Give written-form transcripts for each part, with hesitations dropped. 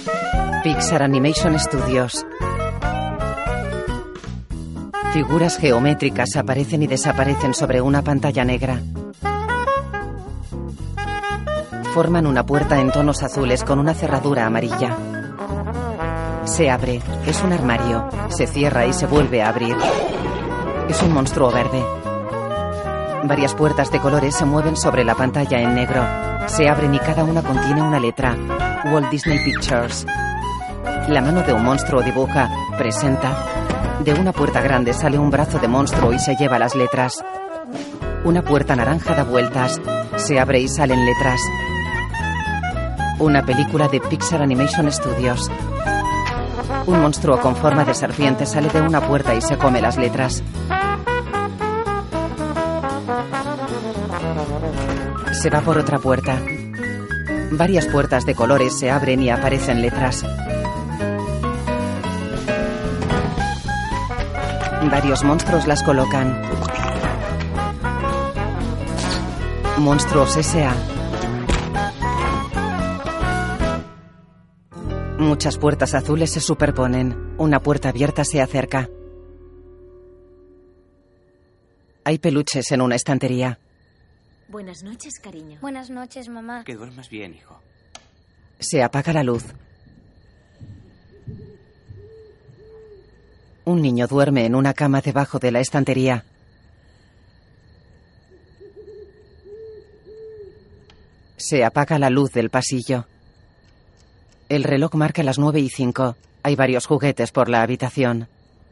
Pixar Animation Studios. Figuras geométricas aparecen y desaparecen sobre una pantalla negra. Forman una puerta en tonos azules con una cerradura amarilla. Se abre. Es un armario. Se cierra y se vuelve a abrir. Es un monstruo verde. Varias puertas de colores se mueven sobre la pantalla en negro. Se abren y cada una contiene una letra. Walt Disney Pictures. La mano de un monstruo dibuja. Presenta. De una puerta grande sale un brazo de monstruo y se lleva las letras. Una puerta naranja da vueltas. Se abre y salen letras. Una película de Pixar Animation Studios. Un monstruo con forma de serpiente sale de una puerta y se come las letras. Se va por otra puerta. Varias puertas de colores se abren y aparecen letras. Varios monstruos las colocan. Monstruos S.A. Muchas puertas azules se superponen. Una puerta abierta se acerca. Hay peluches en una estantería. Buenas noches, cariño. Buenas noches, mamá. Que duermas bien, hijo. Se apaga la luz. Un niño duerme en una cama debajo de la estantería. Se apaga la luz del pasillo. El reloj marca las 9:05. Hay varios juguetes por la habitación.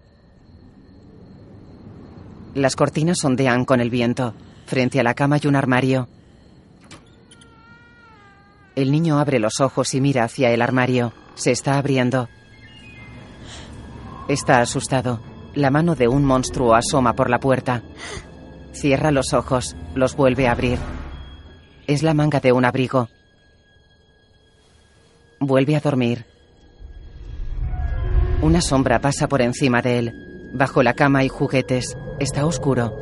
Las cortinas ondean con el viento. Frente a la cama hay un armario. El niño abre los ojos y mira hacia el armario. Se está abriendo. Está asustado. La mano de un monstruo asoma por la puerta. Cierra los ojos. Los vuelve a abrir. Es la manga de un abrigo. Vuelve a dormir. Una sombra pasa por encima de él. Bajo la cama hay juguetes. Está oscuro.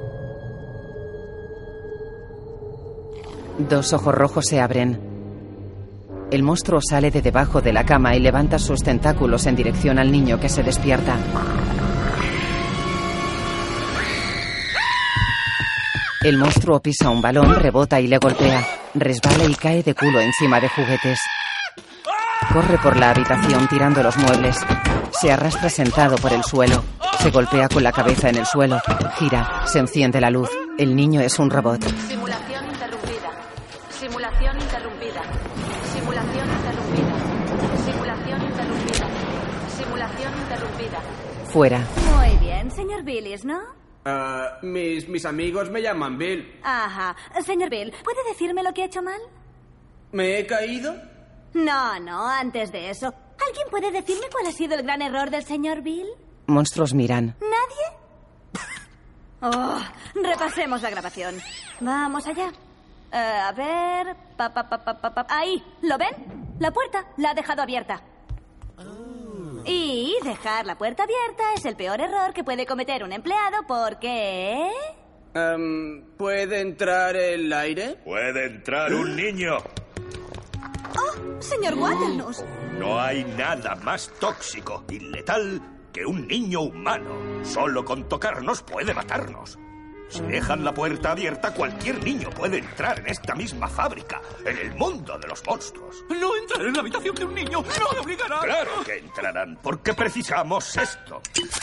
Dos ojos rojos se abren. El monstruo sale de debajo de la cama y levanta sus tentáculos en dirección al niño que se despierta. El monstruo pisa un balón, rebota y le golpea. Resbala y cae de culo encima de juguetes. Corre por la habitación tirando los muebles. Se arrastra sentado por el suelo. Se golpea con la cabeza en el suelo. Gira. Se enciende la luz. El niño es un robot. Simulación interrumpida. Simulación interrumpida. Simulación interrumpida. Simulación interrumpida. Simulación interrumpida. Fuera. Muy bien, señor Billis, ¿no? Mis amigos me llaman Bill. Ajá. Señor Bill, ¿puede decirme lo que he hecho mal? ¿Me he caído? No, antes de eso. ¿Alguien puede decirme cuál ha sido el gran error del señor Bill? Monstruos miran. ¿Nadie? Repasemos la grabación. Vamos allá. A ver... Ahí, ¿lo ven? La puerta la ha dejado abierta. Y dejar la puerta abierta es el peor error que puede cometer un empleado porque... ¿Puede entrar el aire? Puede entrar un niño. ¡Oh, señor Waternoose! No hay nada más tóxico y letal que un niño humano. Solo con tocarnos puede matarnos. Si dejan la puerta abierta, cualquier niño puede entrar en esta misma fábrica, en el mundo de los monstruos. No entraré en la habitación de un niño. No me obligarán. Claro que entrarán, porque precisamos esto.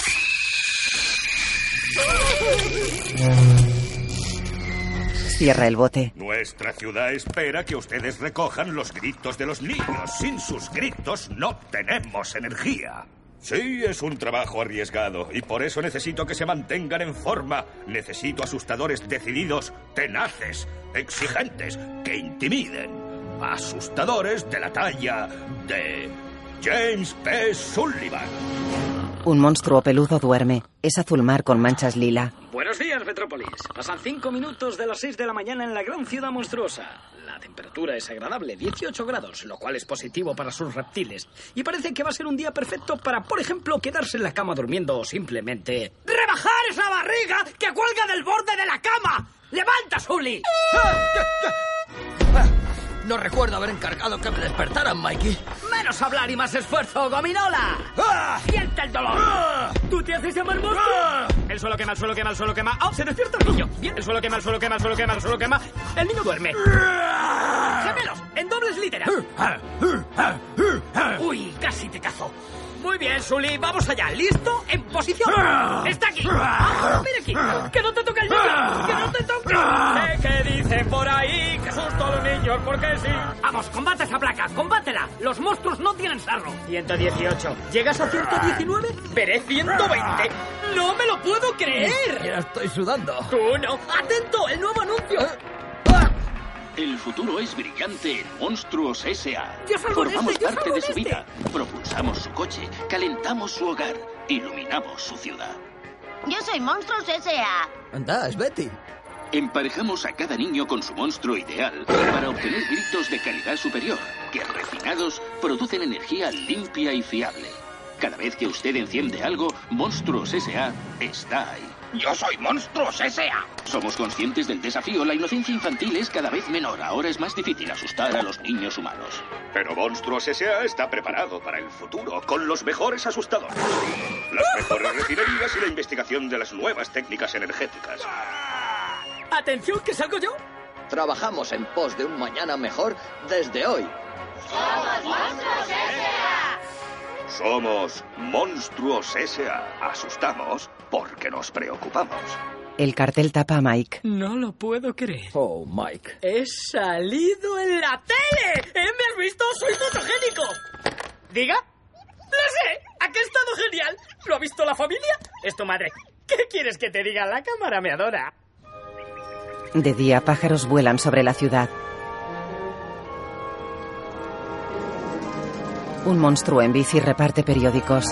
Cierra el bote. Nuestra ciudad espera que ustedes recojan los gritos de los niños. Sin sus gritos no tenemos energía. Sí, es un trabajo arriesgado y por eso necesito que se mantengan en forma. Necesito asustadores decididos, tenaces, exigentes, que intimiden. Asustadores de la talla de James P. Sullivan. Un monstruo peludo duerme. Es azul mar con manchas lila. Buenos días, Metrópolis. Pasan 5 minutos de las 6 de la mañana en la gran ciudad monstruosa. La temperatura es agradable, 18 grados, lo cual es positivo para sus reptiles. Y parece que va a ser un día perfecto para, por ejemplo, quedarse en la cama durmiendo o simplemente... ¡rebajar esa barriga que cuelga del borde de la cama! ¡Levanta, Sully! No recuerdo haber encargado que me despertaran, Mikey. ¡Menos hablar y más esfuerzo, gominola! ¡Siente el dolor! ¿Tú te haces llamar monstruo? El suelo quema, el suelo quema, el suelo quema. ¡Oh, se despierta el niño! Bien, el suelo quema, el suelo quema, el suelo quema, el suelo quema. El niño duerme. ¡Gemelos! ¡En dobles literas! ¡Uy, casi te cazo! Muy bien, Sully, vamos allá. ¿Listo? ¡En posición! ¡Está aquí! ¡Mira aquí! ¡Que no te toque el niño! ¡Que no te toque! Sé que dicen por ahí que susto a los niños porque sí. Vamos, combate esa placa, combátela. Los monstruos no tienen sarro. 118. ¿Llegas a 119? Veré 120. ¡No me lo puedo creer! Ya estoy sudando. ¡Tú no! ¡Atento! ¡El nuevo anuncio! El futuro es brillante en Monstruos S.A. Yo salgo de Formamos este, yo parte salgo de de su este. vida. Propulsamos su coche, calentamos su hogar, iluminamos su ciudad. Yo soy Monstruos S.A. Anda, es Betty. Emparejamos a cada niño con su monstruo ideal para obtener gritos de calidad superior, que refinados producen energía limpia y fiable. Cada vez que usted enciende algo, Monstruos S.A. está ahí. Yo soy Monstruos S.A. Somos conscientes del desafío. La inocencia infantil es cada vez menor. Ahora es más difícil asustar a los niños humanos. Pero Monstruos S.A. está preparado para el futuro, con los mejores asustadores, las mejores refinerías y la investigación de las nuevas técnicas energéticas. ¡Atención, que salgo yo! Trabajamos en pos de un mañana mejor desde hoy. ¡Somos Monstruos S.A. Somos Monstruos S.A. Asustamos porque nos preocupamos. El cartel tapa a Mike. No lo puedo creer. Oh, Mike. ¡He salido en la tele! ¿Me has visto? ¡Soy fotogénico! ¿Diga? ¡Lo sé! ¡A qué ha estado genial! ¿Lo ha visto la familia? Es tu madre. ¿Qué quieres que te diga? La cámara me adora. De día, pájaros vuelan sobre la ciudad. Un monstruo en bici reparte periódicos.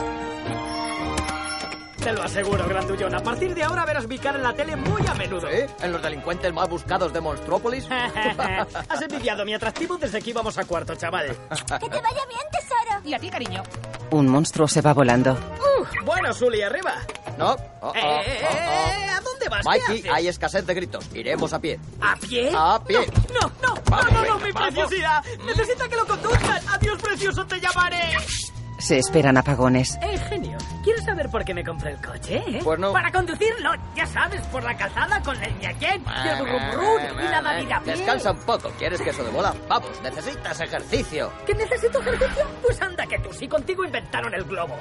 Te lo aseguro, grandullón. A partir de ahora verás mi cara en la tele muy a menudo. ¿Sí? ¿En los delincuentes más buscados de Monstrópolis? Has envidiado mi atractivo desde que íbamos a cuarto, chaval. ¡Que te vaya bien, tesoro! Y a ti, cariño. Un monstruo se va volando. Bueno, Sully, arriba. No. ¿A dónde vas? Mikey, ¿Qué haces? hay escasez de gritos. Iremos a pie. ¿A pie? A pie. No, mi preciosidad. Necesita que lo conduzcan. Adiós, precioso, te llamaré. Se esperan apagones. Genio, ¿quieres saber por qué me compré el coche? Pues no. Para conducirlo, ya sabes, por la calzada con el ñaquén y el brum y la David a pie. Descansa un poco. ¿Quieres queso de bola? Vamos, necesitas ejercicio. ¿Que necesito ejercicio? Pues anda que tú, sí, contigo inventaron el globo.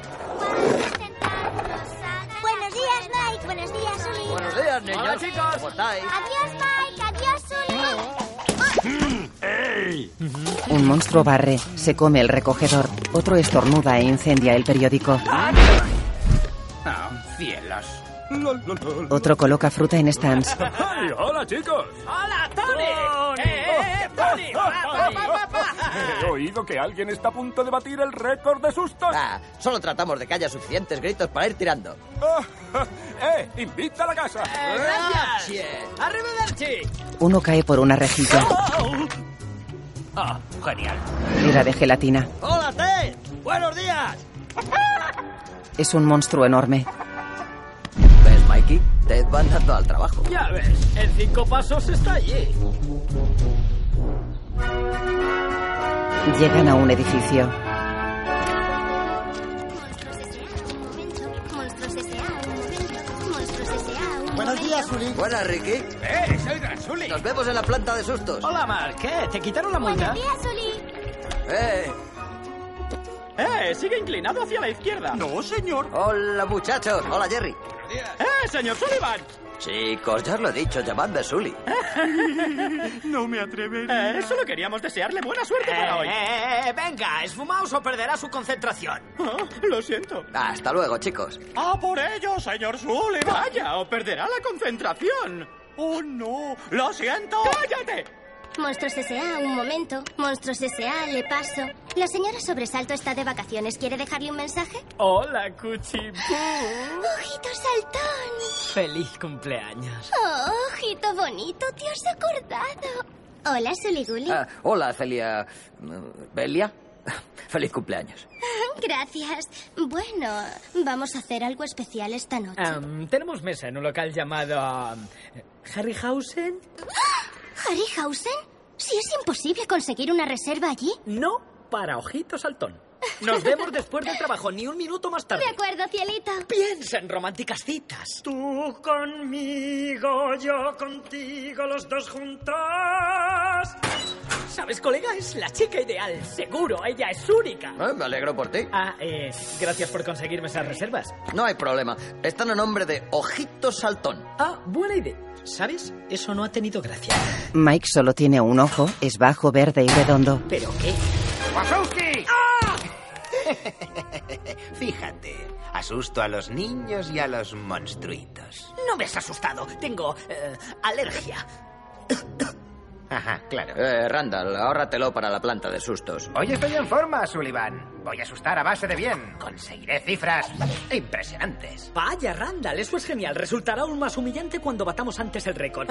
Buenos días, Mike. Buenos días, Sully. Buenos días, niños. Hola, chicos. ¿Cómo estáis? Adiós, Mike. Adiós, Sully. Un monstruo barre, se come el recogedor. Otro estornuda e incendia el periódico. Cielos. Otro coloca fruta en stands. ¡Ay, hola, chicos! ¡Hola, Tony! ¡Tony! He oído que alguien está a punto de batir el récord de sustos. Solo tratamos de que haya suficientes gritos para ir tirando. ¡Invita a la casa! ¡Gracias! ¡Arrivederci! Uno cae por una rejilla. Genial. Era de gelatina. ¡Hola, Ted! ¡Buenos días! Es un monstruo enorme. ¿Ves, Mikey? Ted va andando al trabajo. Ya ves, en 5 pasos está allí. Llegan a un edificio. Monstruos S.A. Un momento. Monstruos S.A. Un Buenos días, Sully. Buenas, Ricky. Soy Gran Sully. Nos vemos en la planta de sustos. Hola, Mark. ¿Qué? ¿Te quitaron la multa? Buenos días, Sully. Sigue inclinado hacia la izquierda. No, señor. Hola, muchachos. Hola, Jerry. Señor Sullivan. Chicos, ya os lo he dicho, llamadme Sully. No me atreveré. Solo queríamos desearle buena suerte para hoy. Venga, esfumaos o perderá su concentración. Lo siento. Hasta luego, chicos. ¡A por ello, señor Sullivan! Vaya, o perderá la concentración. ¡Oh, no! ¡Lo siento! ¡Cállate! Monstruos S.A. Un momento. Monstruos S.A. Le paso. La señora Sobresalto está de vacaciones. ¿Quiere dejarle un mensaje? Hola, Cuchipú. ¡Ojito saltón! Feliz cumpleaños. ¡Oh, ojito bonito! ¡Te has acordado! Hola, Suliguli. Hola, Celia. ¿Belia? Feliz cumpleaños. Gracias. Bueno, vamos a hacer algo especial esta noche. Tenemos mesa en un local llamado... ¿Harryhausen? ¿Harryhausen? Si es imposible conseguir una reserva allí. No para Ojito Saltón. Nos vemos después del trabajo, ni un minuto más tarde. De acuerdo, cielito. Piensa en románticas citas. Tú conmigo, yo contigo, los dos juntos. ¿Sabes, colega? Es la chica ideal. Seguro, ella es única. Me alegro por ti. Gracias por conseguirme esas reservas. No hay problema. Están a nombre de Ojito Saltón. Buena idea. ¿Sabes? Eso no ha tenido gracia. Mike solo tiene un ojo, es bajo, verde y redondo. ¿Pero qué? ¡Wazowski! Fíjate, asusto a los niños y a los monstruitos. No me has asustado. Tengo alergia. Ajá, claro. Randall, ahórratelo para la planta de sustos. Hoy estoy en forma, Sullivan. Voy a asustar a base de bien. Conseguiré cifras impresionantes. Vaya, Randall, eso es genial. Resultará aún más humillante cuando batamos antes el récord.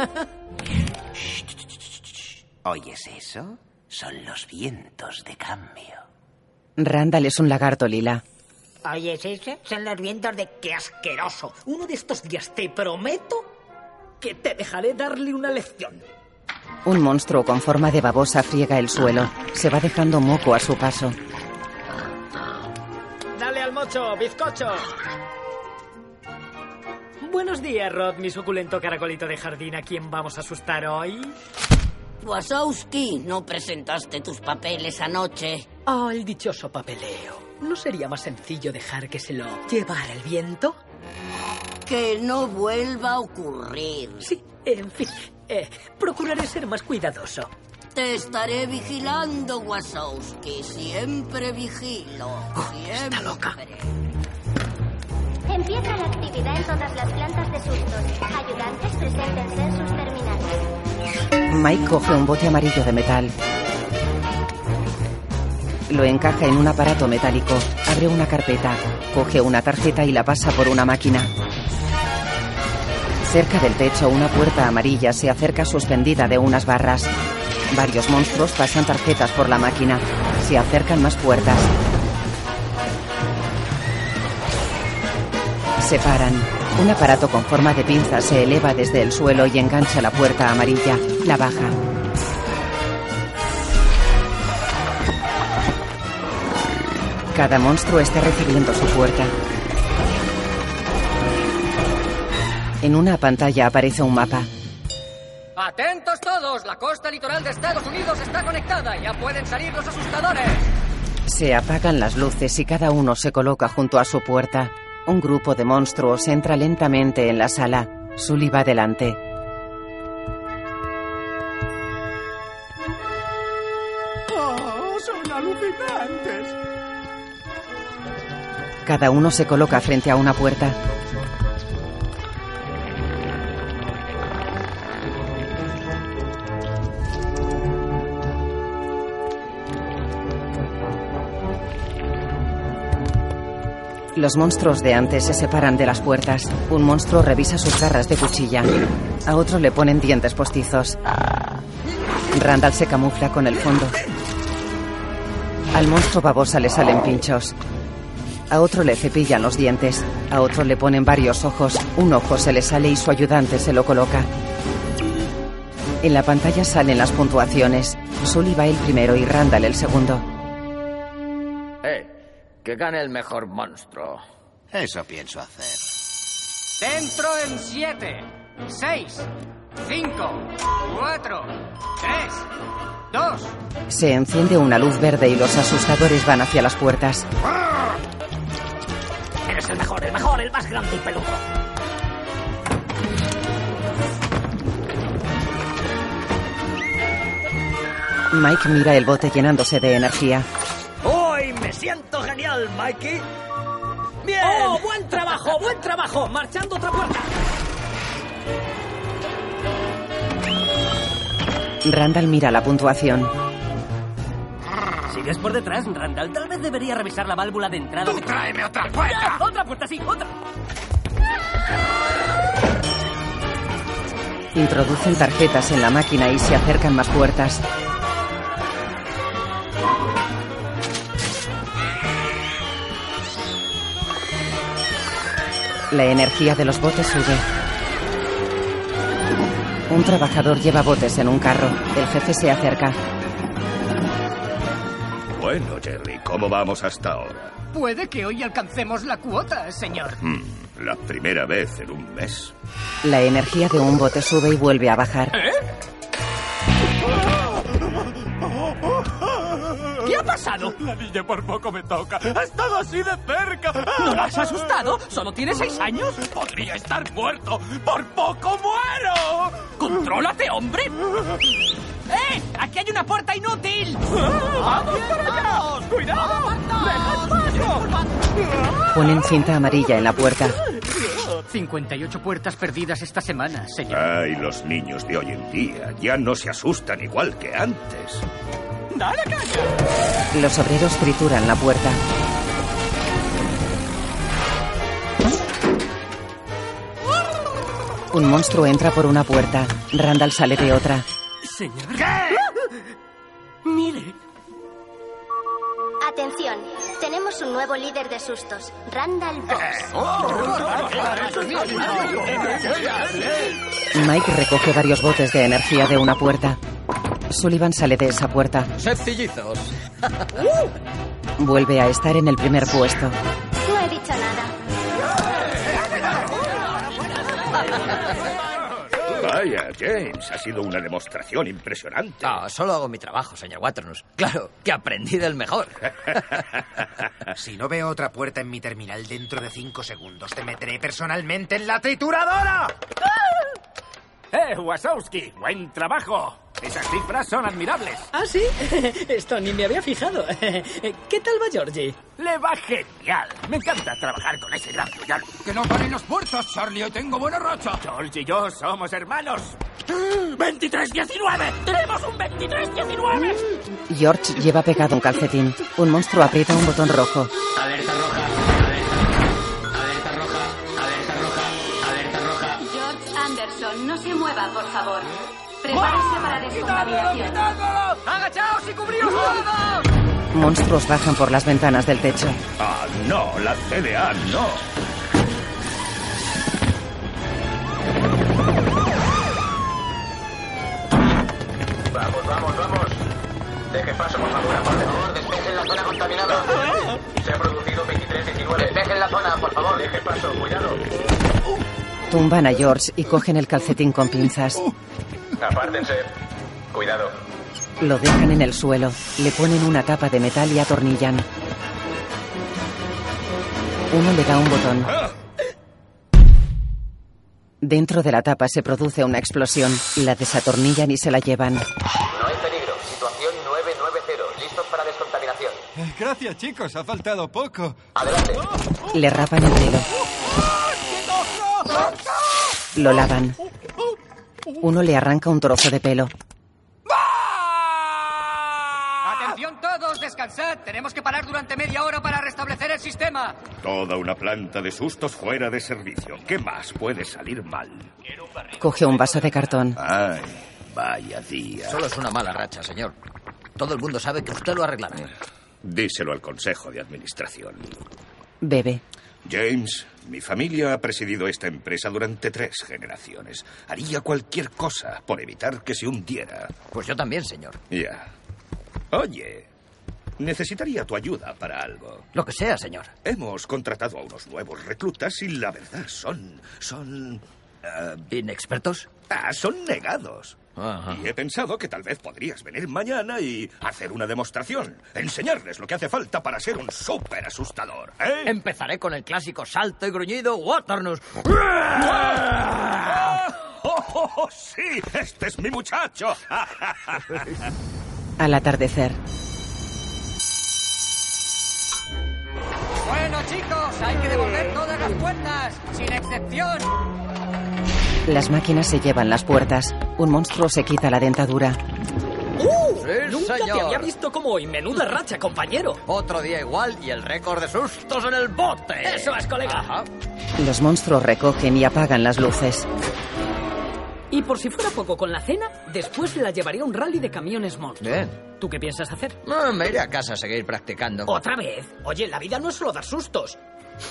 ¿Oyes eso? Son los vientos de cambio. Randall es un lagarto lila. ¿Oyes eso? Son los vientos de... ¡Qué asqueroso! Uno de estos días te prometo que te dejaré darle una lección. Un monstruo con forma de babosa friega el suelo. Se va dejando moco a su paso. ¡Dale al mocho, bizcocho! Buenos días, Rod, mi suculento caracolito de jardín. ¿A quién vamos a asustar hoy? Wazowski, ¿no presentaste tus papeles anoche? El dichoso papeleo. ¿No sería más sencillo dejar que se lo llevara el viento? Que no vuelva a ocurrir. Sí, en fin. Procuraré ser más cuidadoso. Te estaré vigilando, Wazowski. Siempre vigilo. Siempre. Está loca. Empieza la actividad en todas las plantas de sustos. Ayudantes, preséntense en sus terminales. Mike coge un bote amarillo de metal. Lo encaja en un aparato metálico. Abre una carpeta. Coge una tarjeta y la pasa por una máquina. Cerca del techo, una puerta amarilla se acerca suspendida de unas barras. Varios monstruos pasan tarjetas por la máquina. Se acercan más puertas. Se paran. Un aparato con forma de pinza se eleva desde el suelo y engancha la puerta amarilla. La baja. Cada monstruo está recibiendo su puerta. En una pantalla aparece un mapa. ¡Atentos todos! La costa litoral de Estados Unidos está conectada. ¡Ya pueden salir los asustadores! Se apagan las luces y cada uno se coloca junto a su puerta. Un grupo de monstruos entra lentamente en la sala. Sully va delante. ¡Oh, son alucinantes! Cada uno se coloca frente a una puerta. Los monstruos de antes se separan de las puertas. Un monstruo revisa sus garras de cuchilla. A otro le ponen dientes postizos. Randall se camufla con el fondo. Al monstruo babosa le salen pinchos. A otro le cepillan los dientes. A otro le ponen varios ojos. Un ojo se le sale y su ayudante se lo coloca. En la pantalla salen las puntuaciones. Sully va el primero y Randall el segundo. Que gane el mejor monstruo. Eso pienso hacer. Dentro en 7, 6, 5, 4, 3, 2. Se enciende una luz verde y los asustadores van hacia las puertas. Eres el mejor, el más grande y peludo. Mike mira el bote llenándose de energía. ¡Hoy me siento genial, Mikey! ¡Bien! ¡Oh, buen trabajo, buen trabajo! ¡Marchando otra puerta! Randall mira la puntuación. ¿Sigues por detrás, Randall? Tal vez debería revisar la válvula de entrada. ¡Tú tráeme otra puerta! ¡Ya! ¡Otra puerta, sí! ¡Otra! Introducen tarjetas en la máquina y se acercan más puertas. La energía de los botes sube. Un trabajador lleva botes en un carro. El jefe se acerca. Bueno, Jerry, ¿cómo vamos hasta ahora? Puede que hoy alcancemos la cuota, señor. La primera vez en un mes. La energía de un bote sube y vuelve a bajar. ¿Qué ha pasado? La niña por poco me toca. Ha estado así de cerca. ¿No la has asustado? ¿Solo tiene 6 años? Podría estar muerto. ¡Por poco muero! ¡Contrólate, hombre! ¡Eh! ¡Aquí hay una puerta inútil! ¡Vamos para allá! ¡Cuidado! ¡Dejad paso! Ponen cinta amarilla en la puerta. 58 puertas perdidas esta semana, señor. Ay, los niños de hoy en día ya no se asustan igual que antes. ¡Dale caña! Los obreros trituran la puerta. Un monstruo entra por una puerta. Randall sale de otra. Señor. ¿Qué? Mire. Atención, tenemos un nuevo líder de sustos, Randall Boss. Mike recoge varios botes de energía de una puerta. Sullivan sale de esa puerta. Sencillizos. Vuelve a estar en el primer puesto. No he dicho nada. Vaya, James, ha sido una demostración impresionante. Solo hago mi trabajo, señor Waternus. Claro, que aprendí del mejor. Si no veo otra puerta en mi terminal dentro de 5 segundos, te meteré personalmente en la trituradora. Wazowski! ¡Buen trabajo! Esas cifras son admirables. ¿Ah, sí? Esto ni me había fijado. ¿Qué tal va Georgie? Le va genial. Me encanta trabajar con ese gran puñal. ¡Que no paren las puertas, Charlie! ¡Hoy tengo buena racha! George y yo somos hermanos. ¡23-19! ¡Tenemos un 23-19! George lleva pegado un calcetín. Un monstruo aprieta un botón rojo. Alerta roja. Alerta roja. Alerta roja. Alerta roja. George Anderson, no se mueva, por favor. Prepárese para descontaminación. ¡Agachaos y cubríos todos! Monstruos bajan por las ventanas del techo. ¡Ah, no! ¡La CDA no! Vamos. Dejen paso, por favor, despejen la zona contaminada. Se ha producido 23-19. Despejen la zona, por favor. Dejen paso, cuidado. Tumban a George y cogen el calcetín con pinzas. Apártense. Cuidado. Lo dejan en el suelo. Le ponen una tapa de metal y atornillan. Uno le da un botón. Dentro de la tapa se produce una explosión. La desatornillan y se la llevan. No hay peligro. Situación 990. Listos para descontaminación. Gracias, chicos. Ha faltado poco. Adelante. Le rapan el pelo. Lo lavan. Uno le arranca un trozo de pelo. ¡Atención todos! ¡Descansad! Tenemos que parar durante media hora para restablecer el sistema. Toda una planta de sustos fuera de servicio. ¿Qué más puede salir mal? Coge un vaso de cartón. Ay, vaya día. Solo es una mala racha, señor. Todo el mundo sabe que usted lo arreglará. Díselo al Consejo de Administración. Bebe. James, mi familia ha presidido esta empresa durante 3 generaciones. Haría cualquier cosa por evitar que se hundiera. Pues yo también, señor. Ya. Oye, necesitaría tu ayuda para algo. Lo que sea, señor. Hemos contratado a unos nuevos reclutas y la verdad son... ¿Inexpertos? Son negados. Ajá. Y he pensado que tal vez podrías venir mañana y hacer una demostración. Enseñarles lo que hace falta para ser un súper asustador, ¿eh? Empezaré con el clásico salto y gruñido Waternus. ¡Oh, sí! ¡Este es mi muchacho! Al atardecer. Bueno, chicos, hay que devolver todas las puertas, sin excepción. Las máquinas se llevan las puertas. Un monstruo se quita la dentadura. ¡Sí, Nunca señor! te había visto como hoy. Menuda racha, compañero. Otro día igual y el récord de sustos en el bote. Eso es, colega. Ajá. Los monstruos recogen y apagan las luces. Y por si fuera poco con la cena, después la llevaría a un rally de camiones monstruos. Bien. ¿Tú qué piensas hacer? Me iré a casa a seguir practicando. ¿Otra vez? Oye, la vida no es solo dar sustos.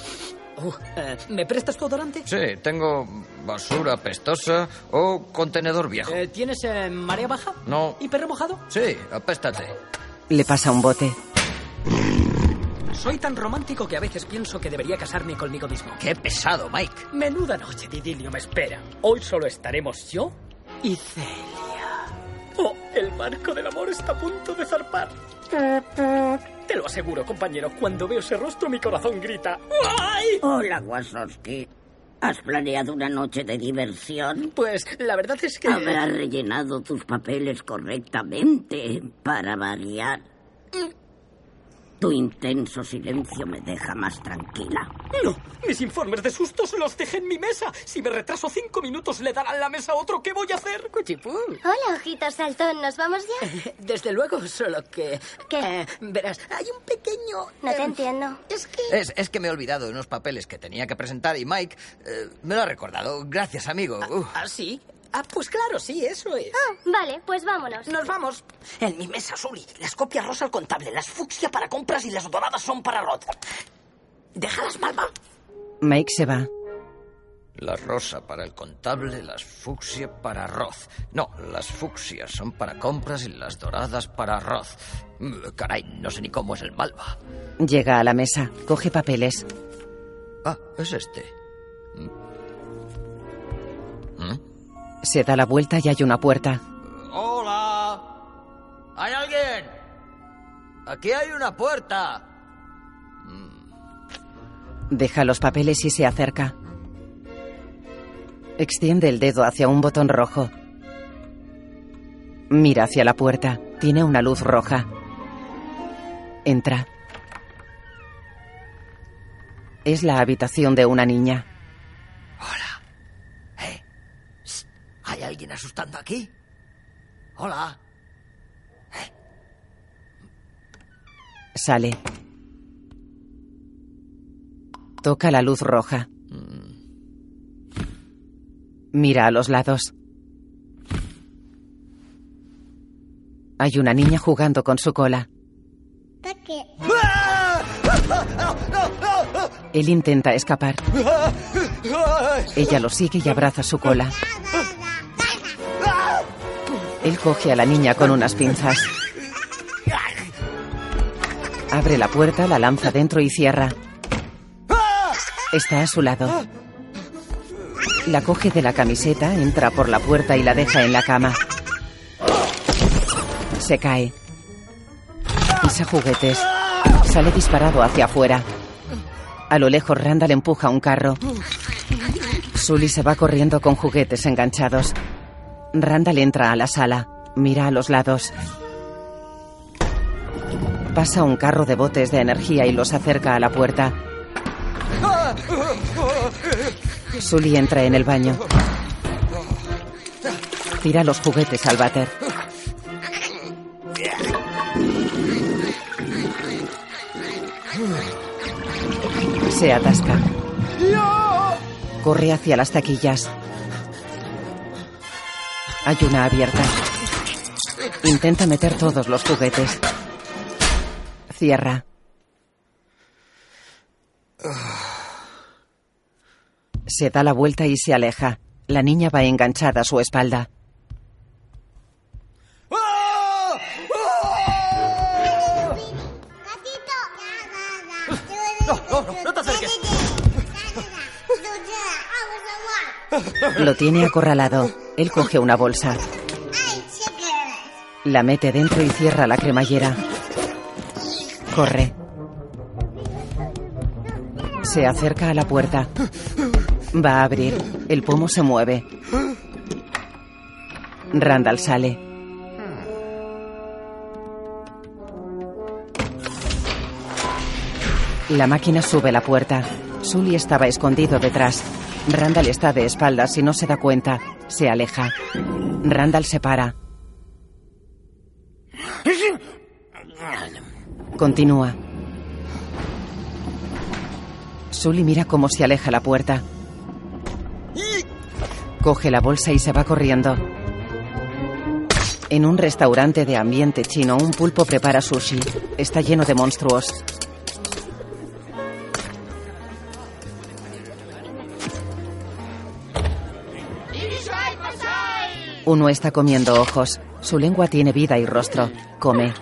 ¿Me prestas tu odorante? Sí, tengo basura pestosa o contenedor viejo. ¿Tienes marea baja? No. ¿Y perro mojado? Sí, apéstate. Le pasa un bote. Soy tan romántico que a veces pienso que debería casarme conmigo mismo. ¡Qué pesado, Mike! Menuda noche de idilio me espera. Hoy solo estaremos yo y Celia. Oh, el barco del amor está a punto de zarpar. Te lo aseguro, compañero. Cuando veo ese rostro, mi corazón grita. ¡Ay! Hola, Wazowski. ¿Has planeado una noche de diversión? Pues la verdad es que... Habrás rellenado tus papeles correctamente, para variar. Tu intenso silencio me deja más tranquila. No, mis informes de sustos los dejé en mi mesa. Si me retraso 5 minutos, le darán la mesa a otro. ¿Qué voy a hacer? Cuchipú. Hola, ojito saltón. ¿Nos vamos ya? Desde luego, solo que... ¿Qué? Verás, hay un pequeño... No te entiendo. Es que... Es que me he olvidado de unos papeles que tenía que presentar y Mike me lo ha recordado. Gracias, amigo. ¿Ah, sí? Ah, pues claro, sí, eso es. Vale, pues vámonos. Nos vamos. En mi mesa, Sully, las copias rosa al contable, las fucsia para compras y las doradas son para Rod. Déjalas, Malva. Mike se va. La rosa para el contable, las fucsia para Roth. No, las fucsias son para compras y las doradas para Roth. Caray, no sé ni cómo es el Malva. Llega a la mesa, coge papeles. Ah, es este. Se da la vuelta y hay una puerta. ¡Hola! ¿Hay alguien? Aquí hay una puerta. Deja los papeles y se acerca. Extiende el dedo hacia un botón rojo. Mira hacia la puerta. Tiene una luz roja. Entra. Es la habitación de una niña. Hola. ¿Hay alguien asustando aquí? Hola. Sale. Toca la luz roja. Mira a los lados. Hay una niña jugando con su cola. Él intenta escapar. Ella lo sigue y abraza su cola. Él coge a la niña con unas pinzas. Abre la puerta, la lanza dentro y cierra. Está a su lado. La coge de la camiseta, entra por la puerta y la deja en la cama. Se cae. Pisa juguetes. Sale disparado hacia afuera. A lo lejos, Randall empuja un carro. Sully se va corriendo con juguetes enganchados. Randall entra a la sala. Mira a los lados. Pasa un carro de botes de energía y los acerca a la puerta. Sully entra en el baño. Tira los juguetes al váter. Se atasca. Corre hacia las taquillas. Hay una abierta. Intenta meter todos los juguetes. Cierra. Se da la vuelta y se aleja. La niña va enganchada a su espalda. No te acerques. Lo tiene acorralado. Él coge una bolsa. La mete dentro y cierra la cremallera. Corre. Se acerca a la puerta. Va a abrir. El pomo se mueve. Randall sale. La máquina sube la puerta. Sully estaba escondido detrás. Randall está de espaldas y no se da cuenta. Se aleja. Randall se para. Continúa. Sully mira cómo se aleja la puerta. Coge la bolsa y se va corriendo. En un restaurante de ambiente chino, un pulpo prepara sushi. Está lleno de monstruos. Uno está comiendo ojos. Su lengua tiene vida y rostro. Come.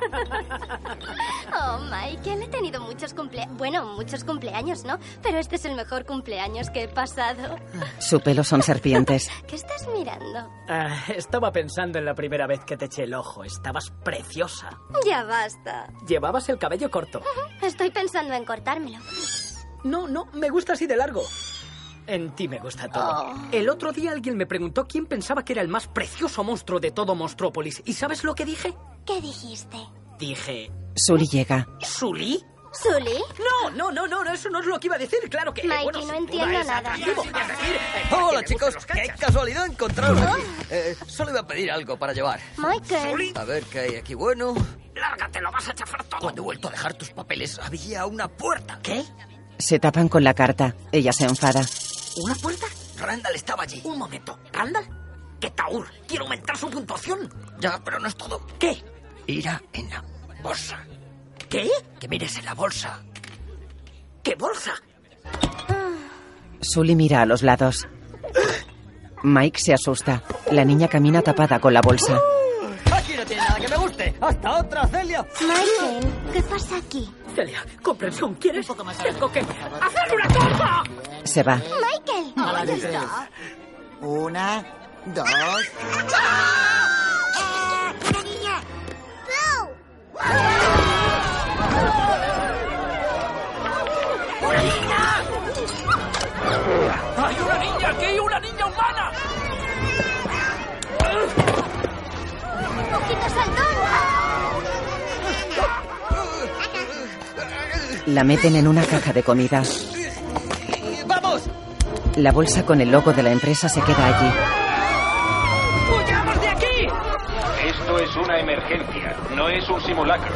Oh, Michael, he tenido muchos cumpleaños, ¿no? Pero este es el mejor cumpleaños que he pasado. Su pelo son serpientes. ¿Qué estás mirando? Estaba pensando en la primera vez que te eché el ojo. Estabas preciosa. Ya basta. Llevabas el cabello corto. Estoy pensando en cortármelo. No, me gusta así de largo. En ti me gusta todo. El otro día alguien me preguntó quién pensaba que era el más precioso monstruo de todo Monstrópolis. ¿Y sabes lo que dije? ¿Qué dijiste? Dije... Sully llega. ¿Sully? ¿Sully? No, eso no es lo que iba a decir, claro que... Mikey, bueno, no entiendo nada. Hola, chicos, qué casualidad encontraros aquí. Solo iba a pedir algo para llevar. Michael. A ver qué hay aquí bueno. Lárgate, lo vas a chafar todo. Cuando he vuelto a dejar tus papeles, había una puerta. ¿Qué? Se tapan con la carta. Ella se enfada. ¿Una puerta? Randall estaba allí. Un momento, ¿Randall? ¡Qué taur! ¡Quiero aumentar su puntuación! Ya, pero no es todo. ¿Qué? Irá en la bolsa. ¿Qué? Que mires en la bolsa. ¿Qué bolsa? Sully mira a los lados. Mike se asusta. La niña camina tapada con la bolsa. Aquí no tiene nada que me guste. ¡Hasta otra, Celia! Michael, ¿qué pasa aquí? Celia, comprensión, ¿quieres? Un poco más. Tengo que hacer una cosa. Se va. Michael. ¿Dónde está? 1, 2... ¡Una niña! ¡Una niña! ¡Hay una niña aquí! ¡Una niña humana! ¡Poquito saltón! La meten en una caja de comida. ¡Vamos! La bolsa con el logo de la empresa se queda allí. ¡Huyamos de aquí! Esto es una emergencia, no es un simulacro.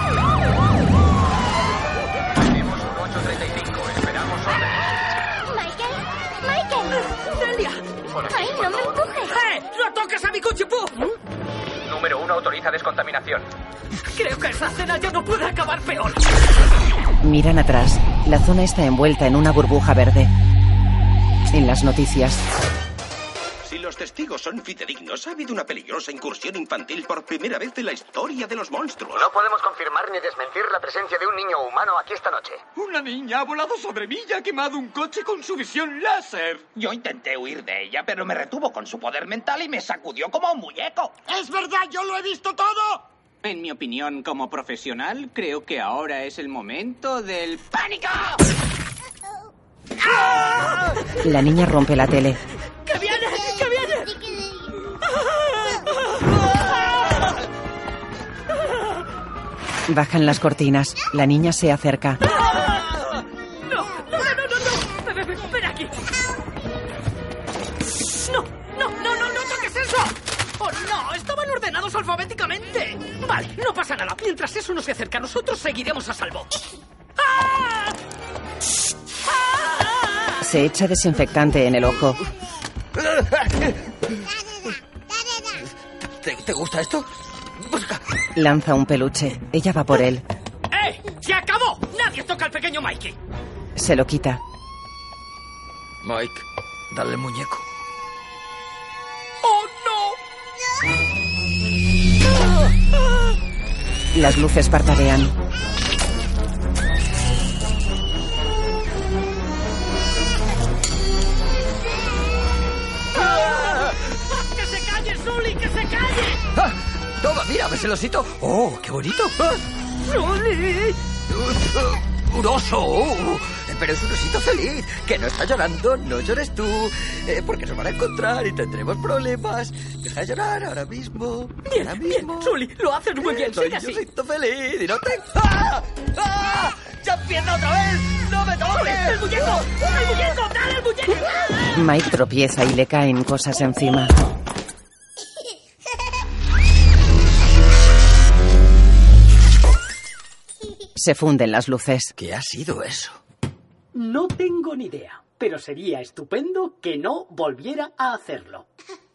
Tenemos un 835, esperamos órdenes. ¡Michael! ¡Celia! ¡Ay, no me empujes! ¡No toques a mi cuchipú! Número 1 autoriza descontaminación. Creo que esa cena ya no puede acabar peor. Miran atrás. La zona está envuelta en una burbuja verde. En las noticias. Si los testigos son fidedignos, ha habido una peligrosa incursión infantil por primera vez en la historia de los monstruos. No podemos confirmar ni desmentir la presencia de un niño humano aquí esta noche. Una niña ha volado sobre mí y ha quemado un coche con su visión láser. Yo intenté huir de ella, pero me retuvo con su poder mental y me sacudió como un muñeco. ¡Es verdad! ¡Yo lo he visto todo! En mi opinión, como profesional, creo que ahora es el momento del pánico. La niña rompe la tele. ¡Que viene! ¡Que viene! Bajan las cortinas. La niña se acerca. ¡No! ¡Ven aquí! ¡No toques eso! ¡Oh, no! ¡Estaban ordenados alfabéticamente! Vale, no pasa nada. Mientras eso no se acerca a nosotros, seguiremos a salvo. Se echa desinfectante en el ojo. ¿Te gusta esto? Busca. Lanza un peluche. Ella va por él. ¡Se acabó! ¡Nadie toca al pequeño Mikey! Se lo quita. Mike, dale el muñeco. ¡Oh, no! Las luces parpadean. ¡Que se calle, Sully! ¡Que se calle! Toma, mira, ¿ves el osito? ¡Oh, qué bonito! ¡Sully! ¡Un oso! Pero es un osito feliz, que no está llorando, no llores tú, porque nos van a encontrar y tendremos problemas. Deja de llorar ahora mismo. Bien, Sully, lo haces muy bien, Soy sigue así. un osito feliz y no te... ¡Ah! ¡Ah! ¡Ya empieza otra vez! ¡No me toques! ¡El muñeco! ¡El muñeco! ¡Dale el muñeco! Mike tropieza y le caen cosas encima. Se funden las luces. ¿Qué ha sido eso? No tengo ni idea, pero sería estupendo que no volviera a hacerlo.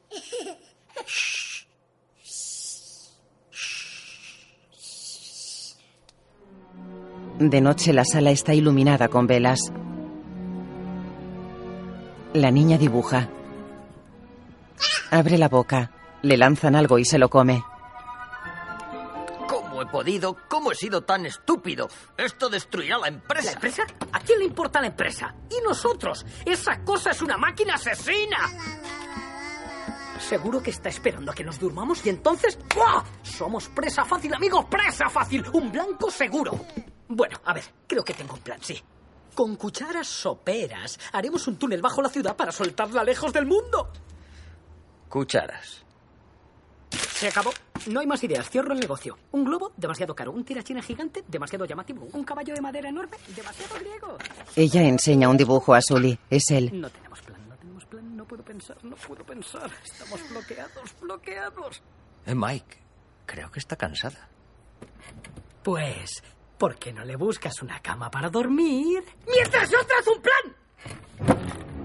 De noche la sala está iluminada con velas. La niña dibuja. Abre la boca. Le lanzan algo y se lo come. ¿Cómo he podido? ¿Cómo he sido tan estúpido? Esto destruirá la empresa. ¿La empresa? ¿A quién le importa la empresa? ¿Y nosotros? ¡Esa cosa es una máquina asesina! Seguro que está esperando a que nos durmamos y entonces... ¡buah! Somos presa fácil, amigos, presa fácil. Un blanco seguro. Bueno, a ver, creo que tengo un plan, sí. Con cucharas soperas haremos un túnel bajo la ciudad para soltarla lejos del mundo. Cucharas. Se acabó. No hay más ideas. Cierro el negocio. Un globo, demasiado caro. Un tirachina gigante, demasiado llamativo. Un caballo de madera enorme, demasiado griego. Ella enseña un dibujo a Sully. Es él. No tenemos plan. No puedo pensar. Estamos bloqueados. Mike, creo que está cansada. Pues, ¿por qué no le buscas una cama para dormir? ¡Mientras yo trazo un plan!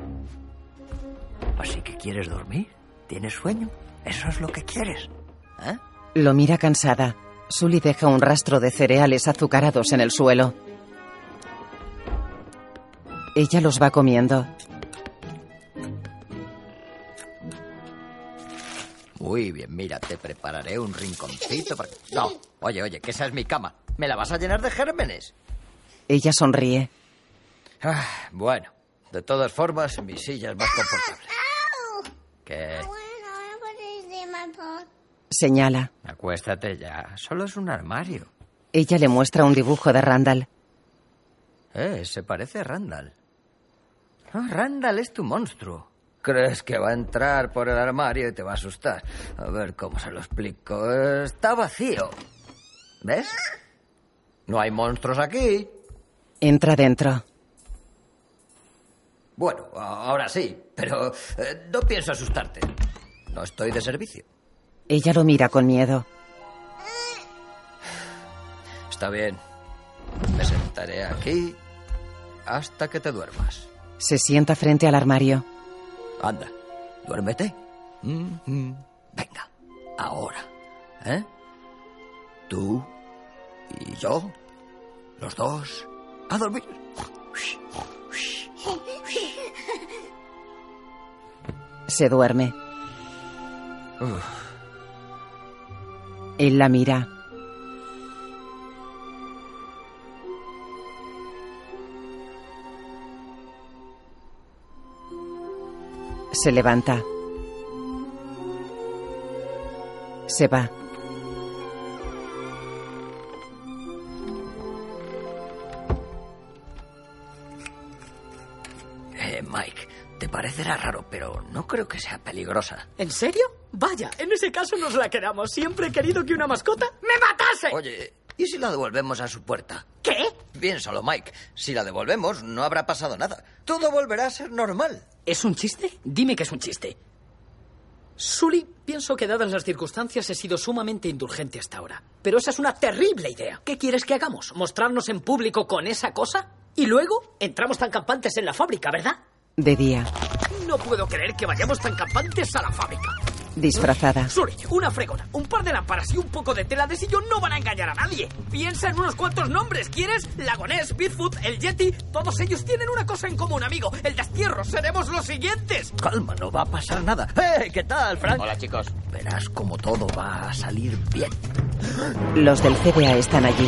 ¿Así que quieres dormir? ¿Tienes sueño? ¿Eso es lo que quieres? ¿Eh? Lo mira cansada. Sully deja un rastro de cereales azucarados en el suelo. Ella los va comiendo. Muy bien, mira, te prepararé un rinconcito para... No, oye, que esa es mi cama. ¿Me la vas a llenar de gérmenes? Ella sonríe. Bueno, de todas formas, mi silla es más confortable. ¿Qué? Señala. Acuéstate ya, solo es un armario. Ella le muestra un dibujo de Randall. Se parece a Randall. Randall es tu monstruo. ¿Crees que va a entrar por el armario y te va a asustar? A ver cómo se lo explico. Está vacío. ¿Ves? No hay monstruos aquí. Entra dentro. Bueno, ahora sí, pero no pienso asustarte. No estoy de servicio. Ella lo mira con miedo. Está bien. Me sentaré aquí hasta que te duermas. Se sienta frente al armario. Anda, duérmete. Venga, ahora. Tú y yo, los dos, a dormir. Se duerme. Él la mira. Se levanta. Se va. Mike, te parecerá raro, pero no creo que sea peligrosa. ¿En serio? Vaya, en ese caso nos la quedamos. Siempre he querido que una mascota me matase. Oye, ¿y si la devolvemos a su puerta? ¿Qué? Piénsalo, Mike. Si la devolvemos, no habrá pasado nada. Todo volverá a ser normal. ¿Es un chiste? Dime que es un chiste. Sully, pienso que dadas las circunstancias he sido sumamente indulgente hasta ahora. Pero esa es una terrible idea. ¿Qué quieres que hagamos? ¿Mostrarnos en público con esa cosa? Y luego entramos tan campantes en la fábrica, ¿verdad? De día. No puedo creer que vayamos tan campantes a la fábrica. Disfrazada. Sully, una fregona, un par de lámparas y un poco de tela de sillón no van a engañar a nadie. Piensa en unos cuantos nombres, ¿quieres? Lagonés, Bigfoot, el Yeti, todos ellos tienen una cosa en común, amigo. El destierro, seremos los siguientes. Calma, no va a pasar nada. ¿Qué tal, Frank? Hola, chicos. Verás cómo todo va a salir bien. Los del CDA están allí.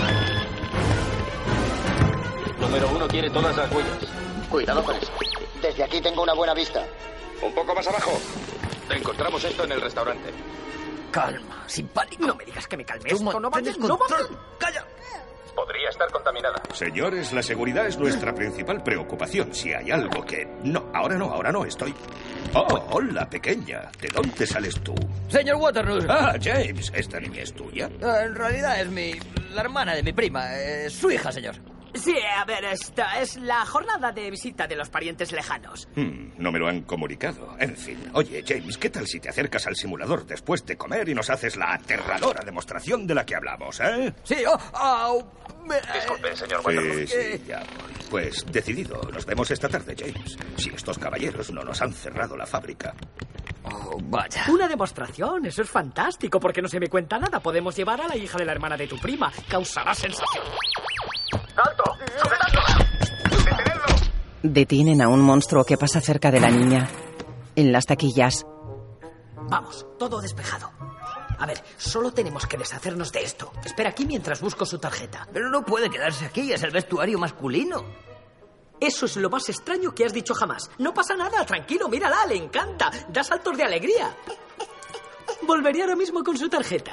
Número 1 quiere todas las huellas. Cuidado con eso. Desde aquí tengo una buena vista. Un poco más abajo. Encontramos esto en el restaurante. Calma, sin pánico. No me digas que me calme. Esto no va bien, no va bien. ¡Calla! Podría estar contaminada. Señores, la seguridad es nuestra principal preocupación. Si hay algo que... No, ahora no, estoy... Oh, hola, pequeña. ¿De dónde sales tú? Señor Waterloo. James, ¿esta niña es tuya? En realidad es la hermana de mi prima. Su hija, señor. Sí, a ver, esta es la jornada de visita de los parientes lejanos. No me lo han comunicado. En fin. Oye, James, ¿qué tal si te acercas al simulador después de comer y nos haces la aterradora demostración de la que hablamos, Sí, Disculpe, señor Waterloo. Sí, ya voy. Pues decidido. Nos vemos esta tarde, James. Si estos caballeros no nos han cerrado la fábrica. Oh, vaya. Una demostración, eso es fantástico, porque no se me cuenta nada. Podemos llevar a la hija de la hermana de tu prima. Causará sensación. ¡Alto! ¡Sujetadlo! ¡Detenedlo! Detienen a un monstruo que pasa cerca de la niña. En las taquillas. Vamos, todo despejado. A ver, solo tenemos que deshacernos de esto. Espera aquí mientras busco su tarjeta. Pero no puede quedarse aquí, es el vestuario masculino. Eso es lo más extraño que has dicho jamás. No pasa nada, tranquilo, mírala, le encanta. Da saltos de alegría. Volveré ahora mismo con su tarjeta.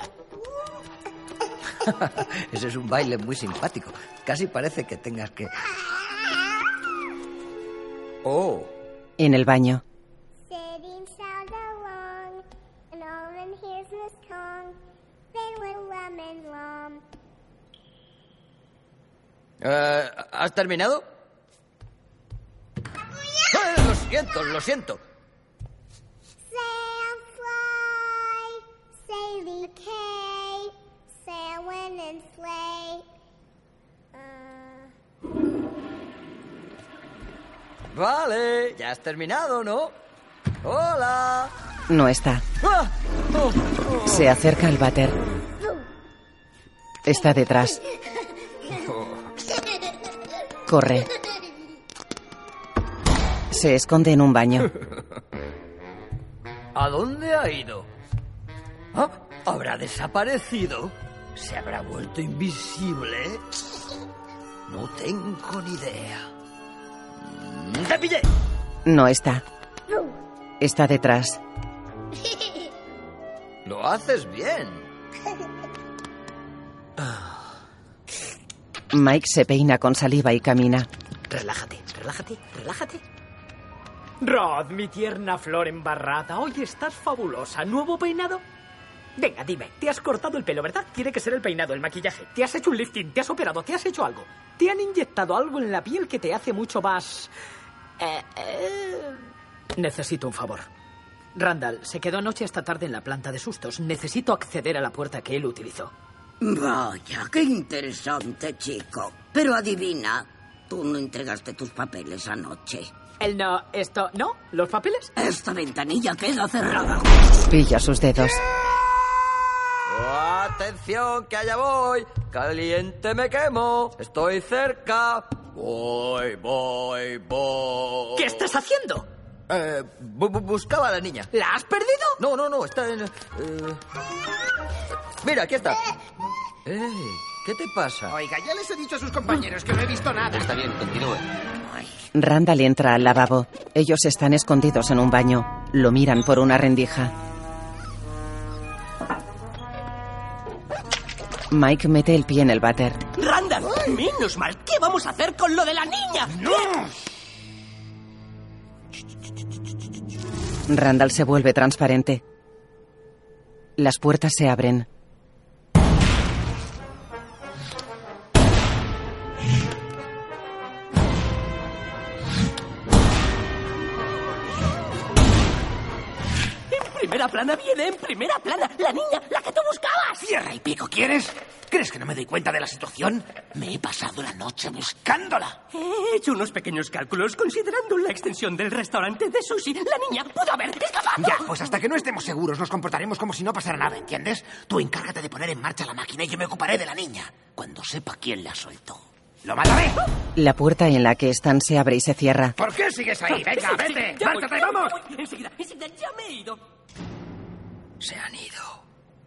Ese es un baile muy simpático. Casi parece que tengas que... Oh. En el baño. ¿Has terminado? Lo siento. Vale, ya has terminado, ¿no? ¡Hola! No está. Se acerca al váter. Está detrás. Corre. Se esconde en un baño. ¿A dónde ha ido? ¿Ah? ¿Habrá desaparecido? ¿Se habrá vuelto invisible? No tengo ni idea. ¡Te pillé! No está. Está detrás. Lo haces bien. Mike se peina con saliva y camina. Relájate. Rod, mi tierna flor embarrada, hoy estás fabulosa. ¿Nuevo peinado? Venga, dime, te has cortado el pelo, ¿verdad? Tiene que ser el peinado, el maquillaje. ¿Te has hecho un lifting? ¿Te has operado? ¿Te has hecho algo? ¿Te han inyectado algo en la piel que te hace mucho más... Necesito un favor. Randall se quedó anoche esta tarde en la planta de sustos. Necesito acceder a la puerta que él utilizó. Vaya, qué interesante, chico. Pero adivina, tú no entregaste tus papeles anoche. Él no, esto, ¿no? ¿Los papeles? Esta ventanilla queda cerrada. Pilla sus dedos. Oh, ¡atención, que allá voy! ¡Caliente me quemo! ¡Estoy cerca! Voy. ¿Qué estás haciendo? Buscaba a la niña. ¿La has perdido? No, está en... Mira, aquí está. ¿Qué te pasa? Oiga, ya les he dicho a sus compañeros que no he visto nada. Está bien, continúe. Randall entra al lavabo. Ellos están escondidos en un baño. Lo miran por una rendija. Mike mete el pie en el váter. ¡Randall! ¡Menos mal! ¿Qué vamos a hacer con lo de la niña? ¡No! Randall se vuelve transparente. Las puertas se abren. En primera plana viene, en primera plana. La niña, la que tú buscabas. ¡Cierra y pico, ¿quieres? ¿Crees que no me doy cuenta de la situación? Me he pasado la noche buscándola. He hecho unos pequeños cálculos. Considerando la extensión del restaurante de sushi, la niña pudo haber escapado. Ya, pues hasta que no estemos seguros nos comportaremos como si no pasara nada, ¿entiendes? Tú encárgate de poner en marcha la máquina y yo me ocuparé de la niña. Cuando sepa quién la soltó. ¡Lo mataré! La puerta en la que están se abre y se cierra. ¿Por qué sigues ahí? ¡Venga, vete! ¡Márchate, vamos! Enseguida, ya me he ido. Se han ido.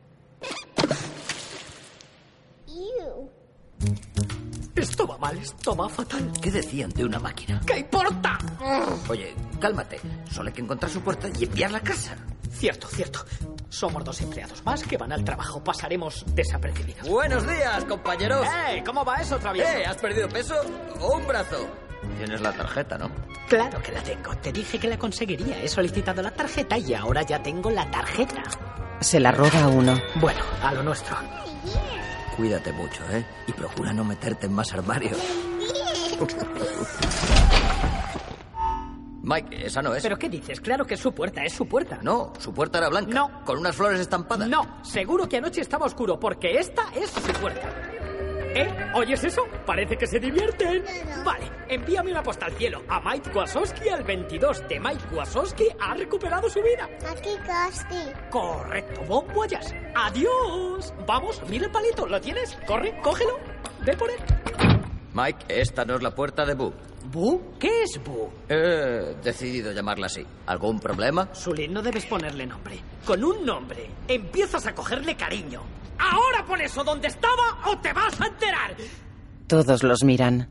Esto va mal, esto va fatal. ¿Qué decían de una máquina? ¿Qué importa? Oye, cálmate. Solo hay que encontrar su puerta y enviarla a casa. Cierto. Somos 2 empleados más que van al trabajo. Pasaremos desapercibidos. Buenos días, compañeros. ¿Cómo va eso, travieso? ¿Has perdido peso o un brazo? Tienes la tarjeta, ¿no? Claro que la tengo. Te dije que la conseguiría. He solicitado la tarjeta y ahora ya tengo la tarjeta. Se la roba a uno. Bueno, a lo nuestro. Cuídate mucho, ¿eh? Y procura no meterte en más armarios. Mike, esa no es. ¿Pero qué dices? Claro que es su puerta, es su puerta. No, su puerta era blanca. No. Con unas flores estampadas. No, seguro que anoche estaba oscuro, porque esta es su puerta. ¿Oyes eso? Parece que se divierten. Vale, envíame una postal cielo a Mike Wazowski al 22 de Mike Wazowski. Ha recuperado su vida. Aquí, Koski. Correcto, bon voyage. Adiós. Vamos, mira el palito, ¿lo tienes? Corre, cógelo. Ve por él. Mike, esta no es la puerta de Boo. ¿Boo? ¿Qué es Boo? He decidido llamarla así. ¿Algún problema? Sully, no debes ponerle nombre. Con un nombre empiezas a cogerle cariño. ¡Ahora pon eso donde estaba o te vas a enterar! Todos los miran.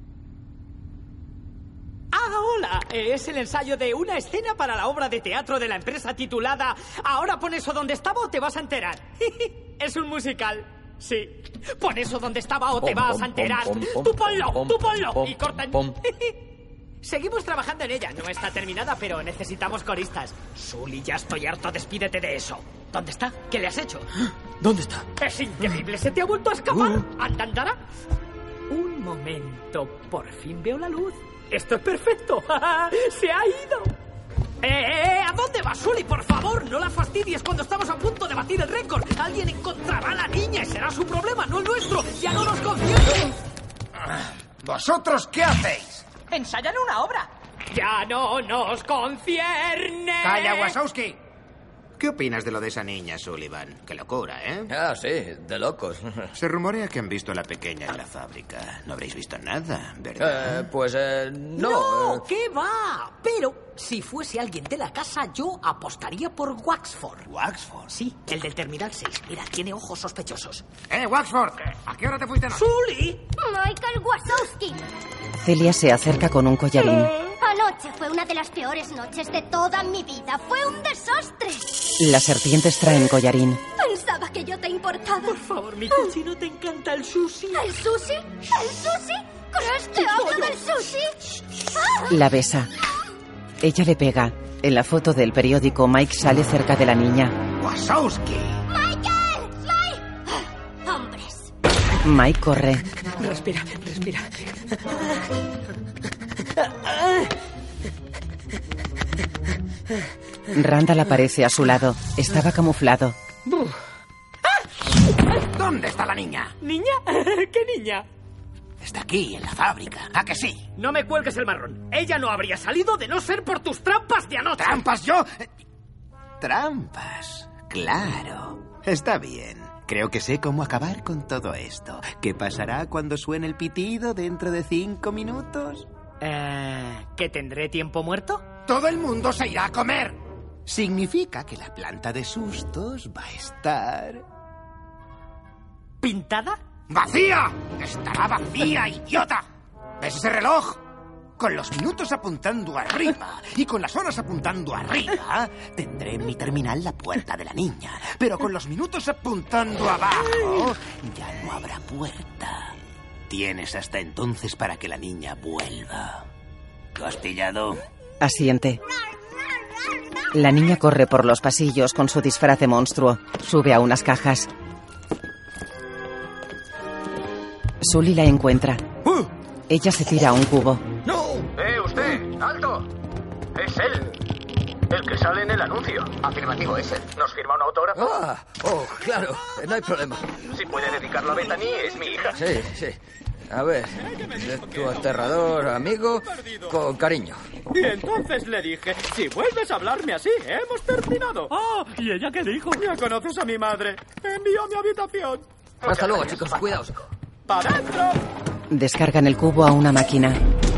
¡Ah, hola! Es el ensayo de una escena para la obra de teatro de la empresa titulada Ahora pon eso donde estaba o te vas a enterar. Es un musical. Sí. Pon eso donde estaba o te vas a enterar. Tú ponlo. Y cortan. Seguimos trabajando en ella. No está terminada, pero necesitamos coristas. Sully, ya estoy harto. Despídete de eso. ¿Dónde está? ¿Qué le has hecho? ¿Dónde está? Es increíble. ¿Se te ha vuelto a escapar? ¿Andandara? Un momento. Por fin veo la luz. Esto es perfecto. ¡Se ha ido! ¿A dónde vas, Sully? Por favor, no la fastidies cuando estamos a punto de batir el récord. Alguien encontrará a la niña y será su problema, no el nuestro. Ya no nos concierne. ¿Vosotros qué hacéis? Ensayan una obra. Ya no nos concierne. ¡Calla, Wazowski! ¿Qué opinas de lo de esa niña, Sullivan? Qué locura, ¿eh? Ah, sí, de locos. Se rumorea que han visto a la pequeña en la fábrica. No habréis visto nada, ¿verdad? No. ¡No! ¿Qué va? Pero si fuese alguien de la casa, yo apostaría por Waxford. ¿Waxford? Sí, el del Terminal 6. Mira, tiene ojos sospechosos. Waxford! ¿A qué hora te fuiste anoche? ¡Sully! Michael Wazowski. Celia se acerca con un collarín. Anoche fue una de las peores noches de toda mi vida. Fue un desastre. Las serpientes traen collarín. Pensaba que yo te importaba. Por favor, mi cochino, ¿te encanta el sushi? ¿El sushi? ¿El sushi? ¿Crees que hablo del sushi? ¡Ah! La besa. Ella le pega. En la foto del periódico, Mike sale cerca de la niña. ¡Wazowski! ¡Michael! ¡Mike! ¡Hombres! Mike corre. Respira. Randall aparece a su lado. Estaba camuflado. ¿Dónde está la niña? ¿Niña? ¿Qué niña? Está aquí, en la fábrica. ¿A que sí? No me cuelgues el marrón. Ella no habría salido de no ser por tus trampas de anoche. ¿Trampas yo? ¿Trampas? Claro. Está bien. Creo que sé cómo acabar con todo esto. ¿Qué pasará cuando suene el pitido dentro de 5 minutos? ¿Que tendré tiempo muerto? ¡Todo el mundo se irá a comer! Significa que la planta de sustos va a estar... ¿Pintada? ¡Vacía! ¡Estará vacía, idiota! ¿Ves ese reloj? Con los minutos apuntando arriba y con las horas apuntando arriba, tendré en mi terminal la puerta de la niña. Pero con los minutos apuntando abajo, ya no habrá puerta. Tienes hasta entonces para que la niña vuelva. ¿Lo has pillado? Asiente. La niña corre por los pasillos con su disfraz de monstruo. Sube a unas cajas. Sully la encuentra. Ella se tira a un cubo. ¡No! ¡Usted! ¡Alto! Es él. El que sale en el anuncio. Afirmativo, es él. ¿Nos firma un autógrafo? Claro. No hay problema. Si puede dedicarlo a Bethany, es mi hija. Sí. A ver, es tu aterrador amigo con cariño. Y entonces le dije, si vuelves a hablarme así, hemos terminado. ¿Y ella qué dijo? Ya conoces a mi madre. Me envió a mi habitación. Hasta luego, chicos. Cuidaos. ¡Para adentro! Descargan el cubo a una máquina.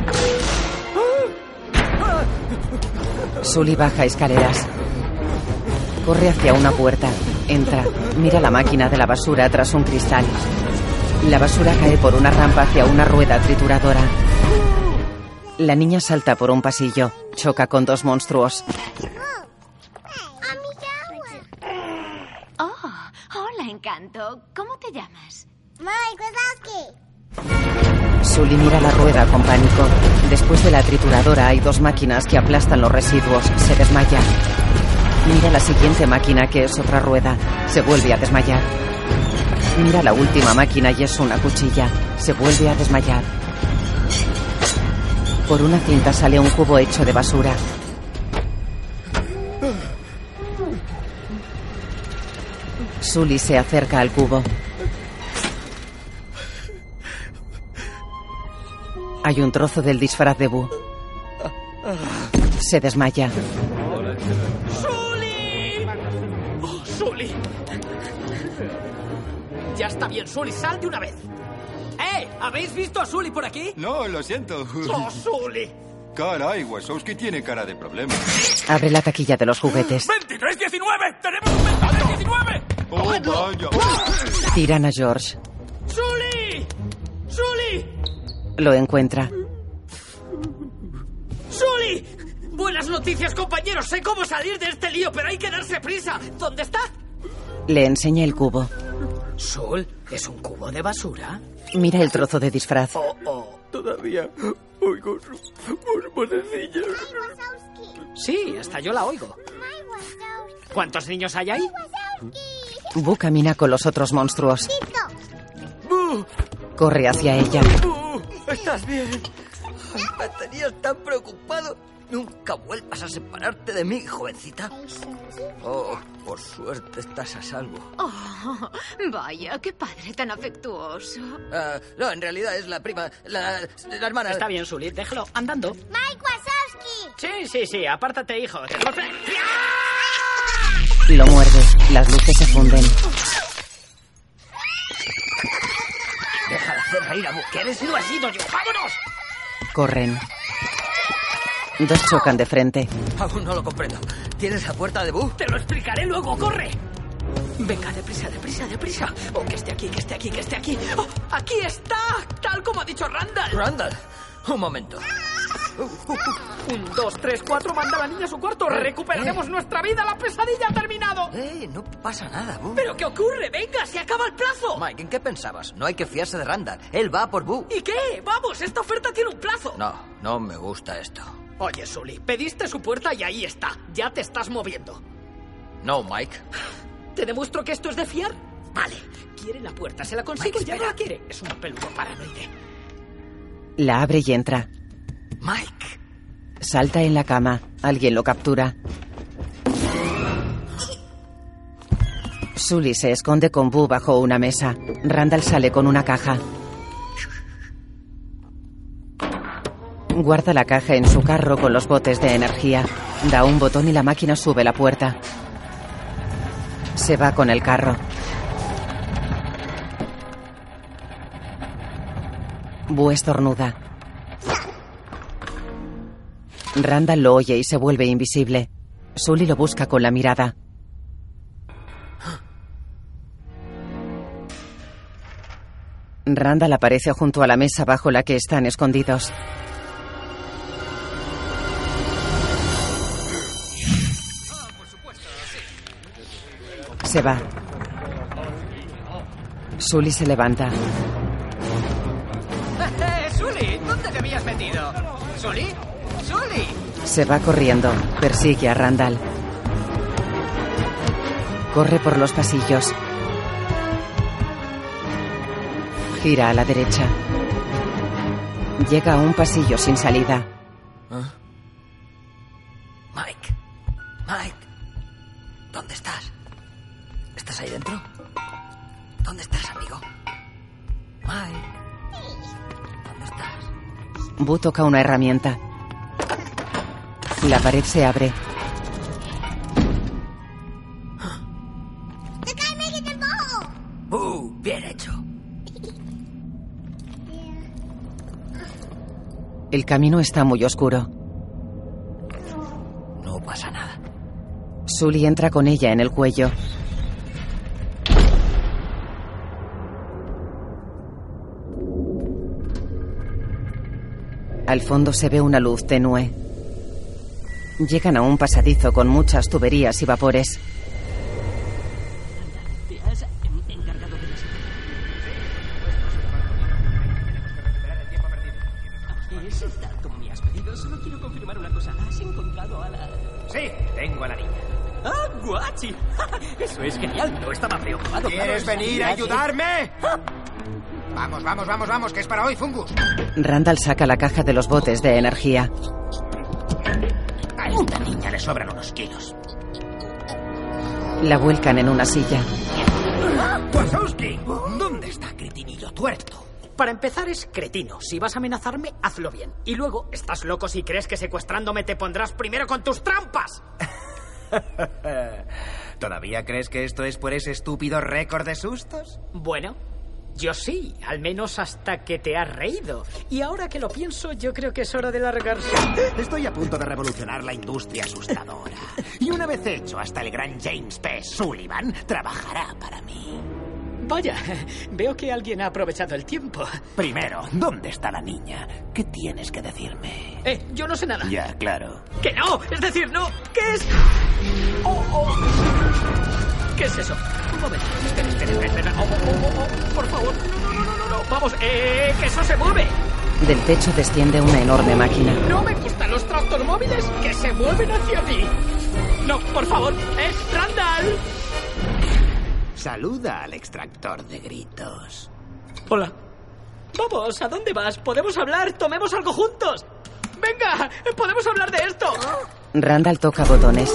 Sully baja escaleras. Corre hacia una puerta. Entra. Mira la máquina de la basura tras un cristal. La basura cae por una rampa hacia una rueda trituradora. La niña salta por un pasillo. Choca con dos monstruos. Oh, hola, Encanto. ¿Cómo te llamas? Mike Wazowski. Sully mira la rueda con pánico. Después de la trituradora hay dos máquinas que aplastan los residuos. Se desmaya. Mira la siguiente máquina, que es otra rueda. Se vuelve a desmayar. Mira la última máquina y es una cuchilla. Se vuelve a desmayar. Por una cinta sale un cubo hecho de basura. Sully se acerca al cubo. Hay un trozo del disfraz de Boo. Se desmaya. ¡Sully! ¡Oh, Sully! Ya está bien, Sully, sal de una vez. ¿Habéis visto a Sully por aquí? No, lo siento. ¡Oh, Sully! Caray, Wazowski tiene cara de problema. Abre la taquilla de los juguetes. ¡23-19! ¡Tenemos un 23-19! ¡Oh, vaya! Tiran a George. ¡Sully! ¡Sully! Lo encuentra. ¡Sully! Buenas noticias, compañeros. Sé cómo salir de este lío, pero hay que darse prisa. ¿Dónde está? Le enseña el cubo. ¿Sul? ¿Es un cubo de basura? Mira el trozo de disfraz. Todavía oigo sus vocecillas. Sí, hasta yo la oigo. ¿Cuántos niños hay ahí? Boo camina con los otros monstruos. ¡Boo! Corre hacia ella. ¡Boo! ¿Estás bien? Me tenías tan preocupado. Nunca vuelvas a separarte de mí, jovencita. Oh, por suerte estás a salvo. Oh, vaya, qué padre tan afectuoso. No, en realidad es la prima, la hermana... Está bien, Sully, déjalo andando. ¡Mike Wazowski! Sí, apártate, hijo. Lo muerde. Las luces se funden. Deja de hacer reír a Boo, que eres no ha sido yo. ¡Vámonos! Corren. Dos chocan de frente. Aún no lo comprendo. ¿Tienes la puerta de Boo? Te lo explicaré luego, corre. Venga, deprisa. Oh, que esté aquí. Oh, aquí está, tal como ha dicho Randall. Randall, un momento. 1, 2, 3, 4, manda a la niña a su cuarto. Recuperaremos nuestra vida, la pesadilla ha terminado. No pasa nada, Boo. ¿Pero qué ocurre? Venga, se acaba el plazo. Mike, ¿en qué pensabas? No hay que fiarse de Randall. Él va por Boo. ¿Y qué? Vamos, esta oferta tiene un plazo. No me gusta esto. Oye, Sully, pediste su puerta y ahí está. Ya te estás moviendo. No, Mike. ¿Te demuestro que esto es de fiar? Vale. Quiere la puerta, se la consigo y ya no la quiere. Es un peludo paranoide. La abre y entra. Mike. Salta en la cama. Alguien lo captura. Sully se esconde con Boo bajo una mesa. Randall sale con una caja. Guarda la caja en su carro con los botes de energía. Da un botón y la máquina sube la puerta. Se va con el carro. Boo estornuda. Randall lo oye y se vuelve invisible. Sully lo busca con la mirada. Randall aparece junto a la mesa bajo la que están escondidos. Se va. Sully se levanta. ¡Sully! ¿Dónde te habías metido? ¿Sully? ¡Sully! Se va corriendo. Persigue a Randall. Corre por los pasillos. Gira a la derecha. Llega a un pasillo sin salida. Mike. ¿Dónde estás? ¿Estás ahí dentro? ¿Dónde estás, amigo? Mike. ¿Dónde estás? Boo toca una herramienta. La pared se abre. Bien hecho. El camino está muy oscuro. No pasa nada. Sully entra con ella en el cuello. Al fondo se ve una luz tenue. Llegan a un pasadizo con muchas tuberías y vapores. Solo quiero confirmar una cosa. ¿Has encontrado a la...? Sí, tengo a la niña. ¡Ah, guachi! Eso es genial. No estaba preocupado. ¿Quieres venir a ayudarme? Vamos, que es para hoy, Fungus. Randall saca la caja de los botes de energía. A esta niña le sobran unos kilos. La vuelcan en una silla. ¡Wazowski! ¿Dónde está Cretinillo Tuerto? Para empezar es cretino. Si vas a amenazarme, hazlo bien. Y luego, estás loco si crees que secuestrándome te pondrás primero con tus trampas. ¿Todavía crees que esto es por ese estúpido récord de sustos? Bueno, yo sí, al menos hasta que te has reído. Y ahora que lo pienso, yo creo que es hora de largarse. Estoy a punto de revolucionar la industria asustadora. Y una vez hecho, hasta el gran James P. Sullivan trabajará para mí. Vaya, veo que alguien ha aprovechado el tiempo. Primero, ¿dónde está la niña? ¿Qué tienes que decirme? Yo no sé nada. Ya, claro. ¡Que no! Es decir, no. ¿Qué es? ¡Oh! ¿Qué es eso? Un momento. Espera. Oh. Por favor. No. Vamos, que eso se mueve. Del techo desciende una enorme máquina. No me gustan los tractormóviles que se mueven hacia mí. No, por favor. ¡Es Randall! Saluda al extractor de gritos. Hola. Vamos, ¿a dónde vas? ¿Podemos hablar? ¡Tomemos algo juntos! ¡Venga! ¡Podemos hablar de esto! Randall toca botones.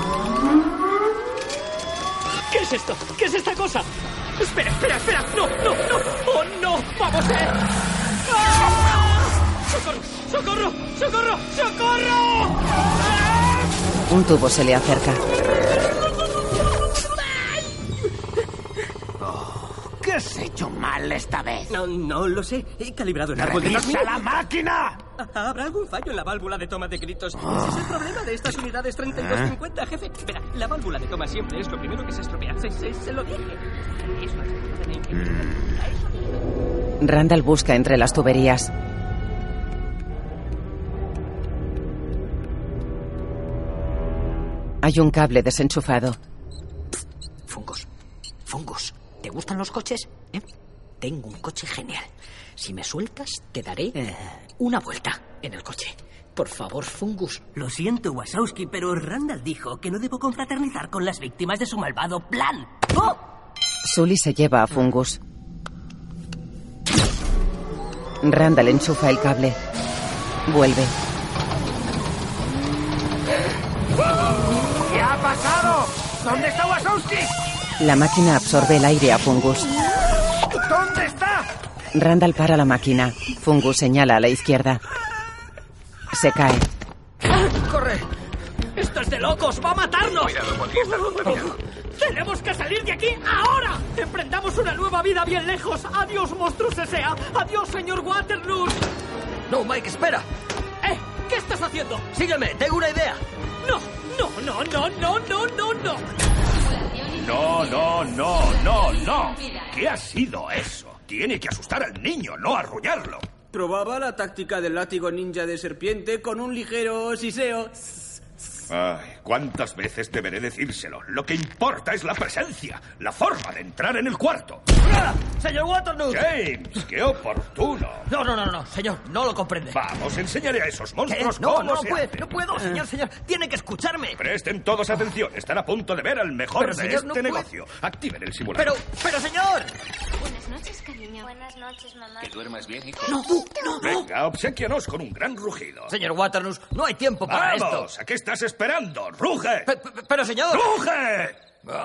¿Qué es esto? ¿Qué es esta cosa? Espera. No. ¡Oh, no! ¡Vamos, ¡Ah! ¡Socorro! Un tubo se le acerca. ¿Qué has hecho mal esta vez? No lo sé. He calibrado el árbol de ¡Revisa la máquina! ¿Habrá algún fallo en la válvula de toma de gritos? Ese es el problema de estas unidades 3250, jefe. Verá, la válvula de toma siempre es lo primero que se estropea. Se lo dije. Es una cosa de ingeniería. Randall busca entre las tuberías. Hay un cable desenchufado. Fungus. ¿Te gustan los coches? Tengo un coche genial. Si me sueltas, te daré una vuelta en el coche. Por favor, Fungus. Lo siento, Wazowski, pero Randall dijo que no debo confraternizar con las víctimas de su malvado plan. ¡Oh! Sully se lleva a Fungus. Randall enchufa el cable. Vuelve. ¿Qué ha pasado? ¿Dónde está Wazowski? La máquina absorbe el aire a Fungus. ¿Dónde está? Randall para la máquina. Fungus señala a la izquierda. Se cae. ¡Corre! ¡Esto es de locos! ¡Va a matarnos! Cuidado, cuidado. ¡Tenemos que salir de aquí ahora! ¡Emprendamos una nueva vida bien lejos! ¡Adiós, monstruos S.A.! ¡Adiós, señor Waterloo! No, Mike, espera. ¿Qué estás haciendo? Sígueme, tengo una idea. No. No. ¿Qué ha sido eso? Tiene que asustar al niño, no arrullarlo. Probaba la táctica del látigo ninja de serpiente con un ligero siseo. Ay, ¿cuántas veces deberé decírselo? Lo que importa es la presencia, la forma de entrar en el cuarto. ¡Señor Waterloo! James, qué oportuno. No, señor, no lo comprende. Vamos, enseñaré a esos monstruos ¿Qué? cómo se hace. No puedo, señor, tiene que escucharme. Presten todos atención, están a punto de ver al mejor Pero, de señor, este no puede. negocio. Activen el simulador. Pero, señor. Buenas noches, cariño. Buenas noches, mamá. Que duermas bien, hijo. No. Venga, obsequianos con un gran rugido. Señor Waterloo, no hay tiempo para ¡Vamos! esto. ¿A qué estás esperando? ¡Ruge! Pero, señor. ¡Ruge!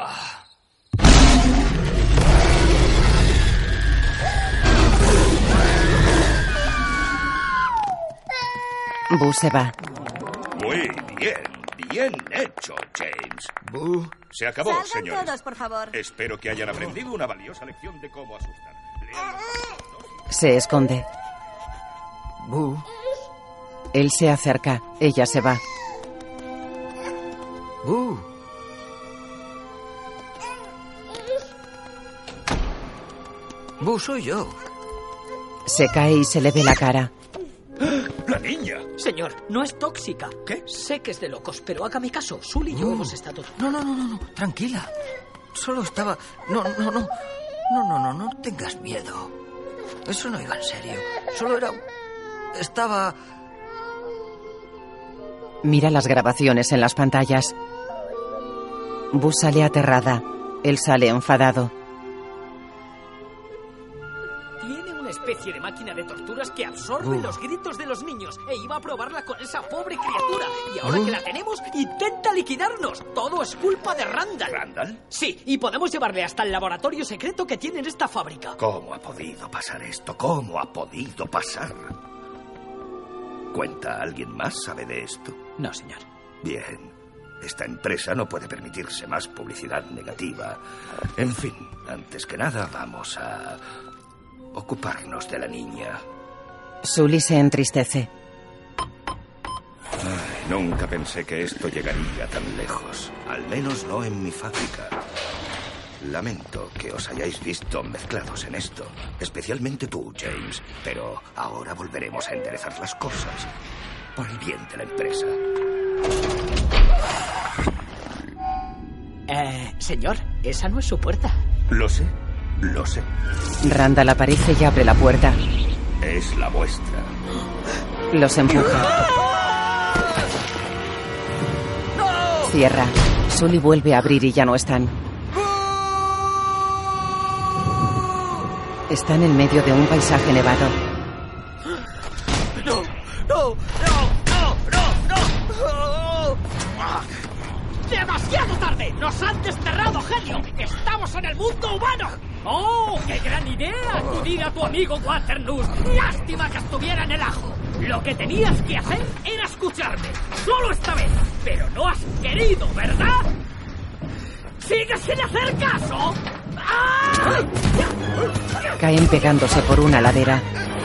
Boo se va. Muy bien hecho, James. Boo. Se acabó, Salgan señores. todos, por favor. Espero que hayan aprendido una valiosa lección de cómo asustar. Se esconde. Boo. Él se acerca. Ella se va. Boo. Boo, soy yo. Se cae y se le ve la cara. ¡La niña! Señor, no es tóxica. ¿Qué? Sé que es de locos, pero hágame caso. Sully y yo hemos estado... No. Tranquila. Solo estaba... No tengas miedo. Eso no iba en serio. Solo era... Estaba... Mira las grabaciones en las pantallas. Boo sale aterrada. Él sale enfadado. Tiene una especie de máquina de torturas que absorbe los gritos de los niños. E iba a probarla con esa pobre criatura. Y ahora que la tenemos, intenta liquidarnos. Todo es culpa de Randall. ¿Randall? Sí, y podemos llevarle hasta el laboratorio secreto que tiene en esta fábrica. ¿Cómo ha podido pasar esto? ¿Cómo ha podido pasar? ¿Cuenta alguien más sabe de esto? No, señor. Bien. Esta empresa no puede permitirse más publicidad negativa. En fin, antes que nada vamos a ocuparnos de la niña. Sully se entristece. Ay, nunca pensé que esto llegaría tan lejos. Al menos no en mi fábrica. Lamento que os hayáis visto mezclados en esto. Especialmente tú, James. Pero ahora volveremos a enderezar las cosas. Por el bien de la empresa. Señor, esa no es su puerta. Lo sé, lo sé. Randall aparece y abre la puerta. Es la vuestra. Los empuja. Cierra. Sully vuelve a abrir y ya no están. Están en medio de un paisaje nevado. ¡No! ¡No! ¡No! ¡No! ¡No! ¡No! ¡Demasiado tarde! ¡Nos han desterrado, genio! ¡Estamos en el mundo humano! ¡Oh! ¡Qué gran idea! Acudir a tu amigo Waternoose. ¡Lástima que estuviera en el ajo! Lo que tenías que hacer era escucharme. ¡Solo esta vez! Pero no has querido, ¿verdad? ¿Sigues sin hacer caso? ¡Ah! Caen pegándose por una ladera.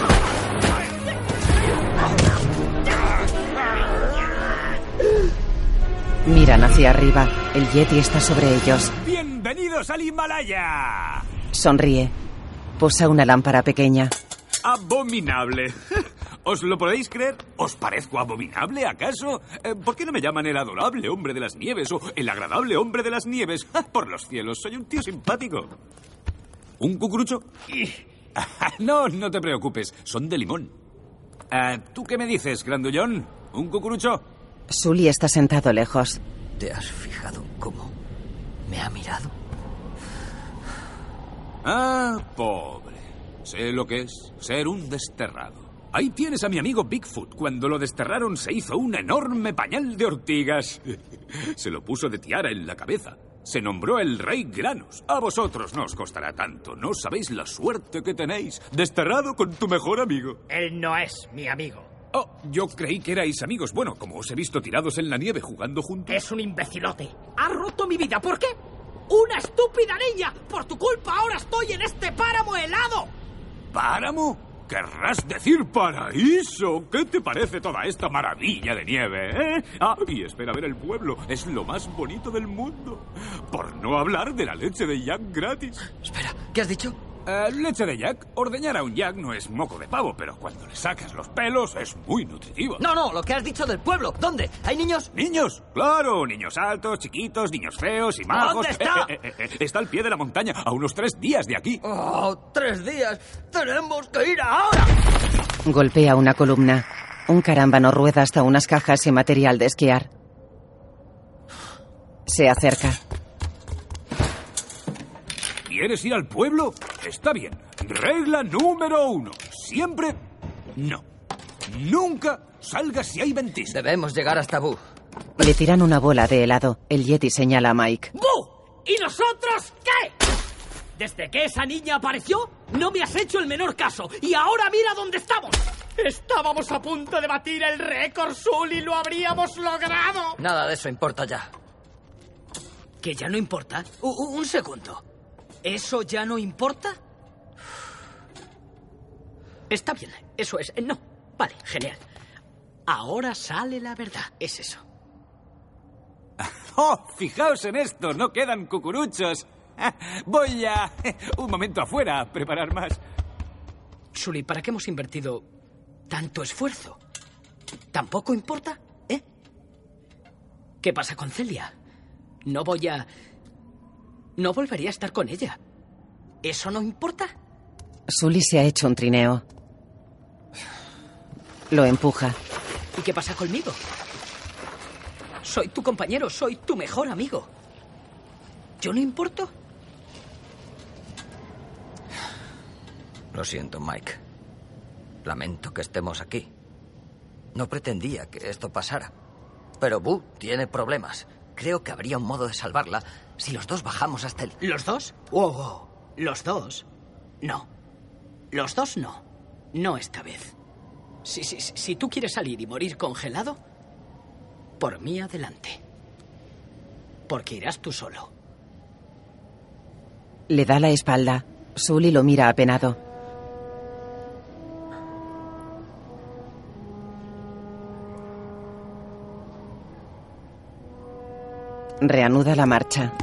Miran hacia arriba. El Yeti está sobre ellos. ¡Bienvenidos al Himalaya! Sonríe. Posa una lámpara pequeña. ¡Abominable! ¿Os lo podéis creer? ¿Os parezco abominable, acaso? ¿Por qué no me llaman el adorable hombre de las nieves o el agradable hombre de las nieves? Por los cielos, soy un tío simpático. ¿Un cucurucho? No, no te preocupes, son de limón. ¿Tú qué me dices, grandullón? ¿Un cucurucho? Sully está sentado lejos. ¿Te has fijado cómo me ha mirado? Ah, pobre. Sé lo que es ser un desterrado. Ahí tienes a mi amigo Bigfoot. Cuando lo desterraron se hizo un enorme pañal de ortigas. Se lo puso de tiara en la cabeza. Se nombró el Rey Granos. A vosotros no os costará tanto. No sabéis la suerte que tenéis. Desterrado con tu mejor amigo. Él no es mi amigo. Oh, yo creí que erais amigos. Bueno, como os he visto tirados en la nieve jugando juntos. Es un imbecilote. Ha roto mi vida. ¿Por qué? ¡Una estúpida niña! Por tu culpa ahora estoy en este páramo helado. ¿Páramo? ¿Querrás decir paraíso? ¿Qué te parece toda esta maravilla de nieve, eh? Ah, y espera ver el pueblo. Es lo más bonito del mundo. Por no hablar de la leche de Jack gratis. Espera, ¿qué has dicho? Leche de Jack. Ordeñar a un Jack no es moco de pavo, pero cuando le sacas los pelos es muy nutritivo. No, lo que has dicho del pueblo. ¿Dónde? ¿Hay niños? ¿Niños? Claro, niños altos, chiquitos, niños feos y majos. ¿Dónde está? Está al pie de la montaña, a unos 3 días de aquí. ¡Oh, 3 días! ¡Tenemos que ir ahora! Golpea una columna. Un carámbano rueda hasta unas cajas y material de esquiar. Se acerca. ¿Quieres ir al pueblo? Está bien. Regla número 1. Siempre no. Nunca salgas si hay ventisca. Debemos llegar hasta Boo. Le tiran una bola de helado. El Yeti señala a Mike. ¡Boo! ¿Y nosotros qué? Desde que esa niña apareció, no me has hecho el menor caso. Y ahora mira dónde estamos. Estábamos a punto de batir el récord, Sully. ¡Lo habríamos logrado! Nada de eso importa ya. ¿Que ya no importa? Un segundo. ¿Eso ya no importa? Está bien, eso es. No, vale, genial. Ahora sale la verdad, es eso. ¡Oh, fijaos en esto! No quedan cucuruchos. Voy a... un momento afuera a preparar más. Sully, ¿para qué hemos invertido tanto esfuerzo? ¿Tampoco importa? ¿Eh? ¿Qué pasa con Celia? No volvería a estar con ella. ¿Eso no importa? Sully se ha hecho un trineo. Lo empuja. ¿Y qué pasa conmigo? Soy tu compañero, soy tu mejor amigo. ¿Yo no importo? Lo siento, Mike. Lamento que estemos aquí. No pretendía que esto pasara. Pero Boo tiene problemas. Creo que habría un modo de salvarla si los dos bajamos hasta el... ¿Los dos? Wow. ¿Los dos? No. Los dos no. No esta vez. Si tú quieres salir y morir congelado, por mí adelante. porque irás tú solo. Le da la espalda. Sully lo mira apenado. Reanuda la marcha.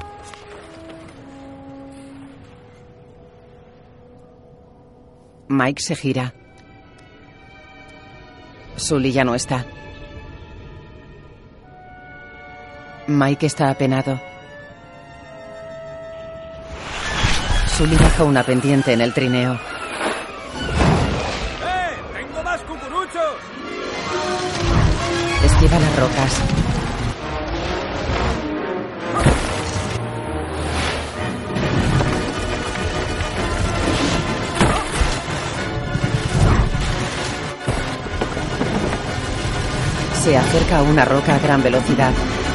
Mike se gira. Sully ya no está. Mike está apenado. Sully baja una pendiente en el trineo. ¡Tengo más cucuruchos! Esquiva las rocas. Se acerca a una roca a gran velocidad.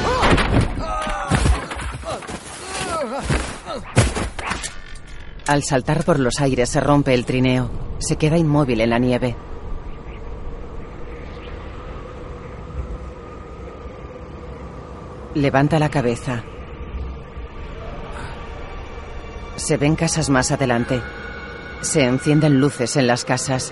Al saltar por los aires se rompe el trineo. Se queda inmóvil en la nieve. Levanta la cabeza. Se ven casas más adelante. Se encienden luces en las casas.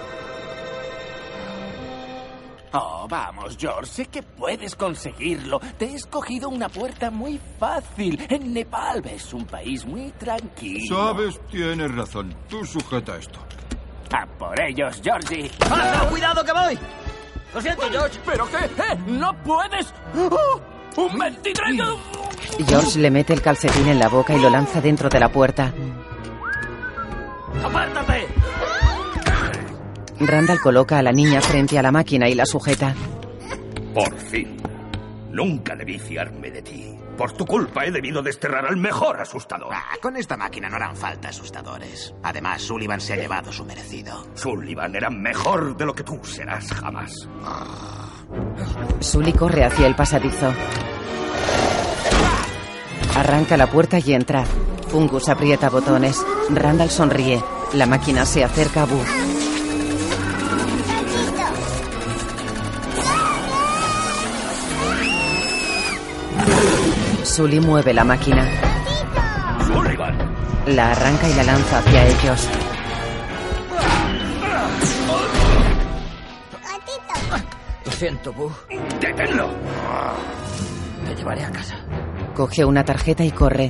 Oh, vamos, George, sé que puedes conseguirlo. Te he escogido una puerta muy fácil. En Nepal es un país muy tranquilo. Sabes, tienes razón. Tú sujeta esto. ¡A por ellos, Georgie! ¡Ah, no! ¡Cuidado que voy! Lo siento, George. ¿Pero qué? ¡No puedes! ¡Oh! ¡Un 23! George le mete el calcetín en la boca y lo lanza dentro de la puerta. ¡Apártate! Randall coloca a la niña frente a la máquina y la sujeta. Por fin. Nunca debí fiarme de ti. Por tu culpa he debido desterrar al mejor asustador. Con esta máquina no harán falta asustadores. Además, Sullivan se ha llevado su merecido. Sullivan era mejor de lo que tú serás jamás. Sully corre hacia el pasadizo. Arranca la puerta y entra. Fungus aprieta botones. Randall sonríe. La máquina se acerca a Boo. Sully mueve la máquina. ¡Sullivan! La arranca y la lanza hacia ellos. Lo siento, Boo. ¡Deténlo! Te llevaré a casa. Coge una tarjeta y corre.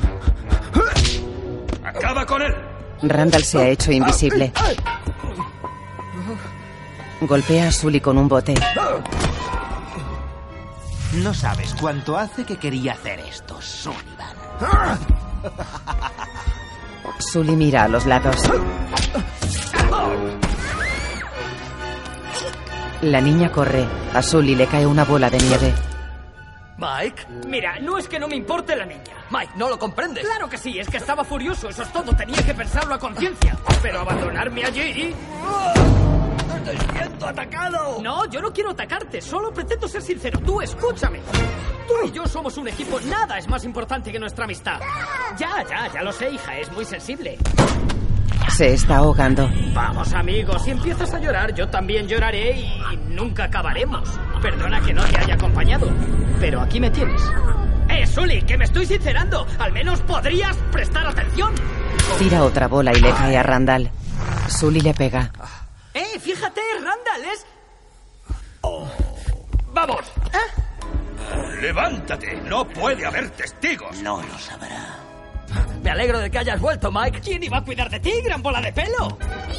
¡Acaba con él! Randall se ha hecho invisible. Golpea a Sully con un bote. No sabes cuánto hace que quería hacer esto, Sullivan. Sully mira a los lados. La niña corre. A Sully le cae una bola de nieve. Mike, mira, no es que no me importe la niña. Mike, ¿no lo comprendes? Claro que sí, es que estaba furioso, eso es todo. Tenía que pensarlo a conciencia. Pero abandonarme allí... ¡Te siento atacado! No, yo no quiero atacarte, solo pretendo ser sincero. Tú escúchame. Tú y yo somos un equipo, nada es más importante que nuestra amistad. Ya lo sé, hija, es muy sensible. Se está ahogando. Vamos, amigos, si empiezas a llorar, yo también lloraré y nunca acabaremos. Perdona que no te haya acompañado, pero aquí me tienes. Sully, que me estoy sincerando. Al menos podrías prestar atención. Tira otra bola y le cae a Randall. Sully le pega. Fíjate, Randall, es... ¡Vamos! ¡Levántate! ¡No puede haber testigos! No lo sabrá. Me alegro de que hayas vuelto, Mike. ¿Quién iba a cuidar de ti, gran bola de pelo?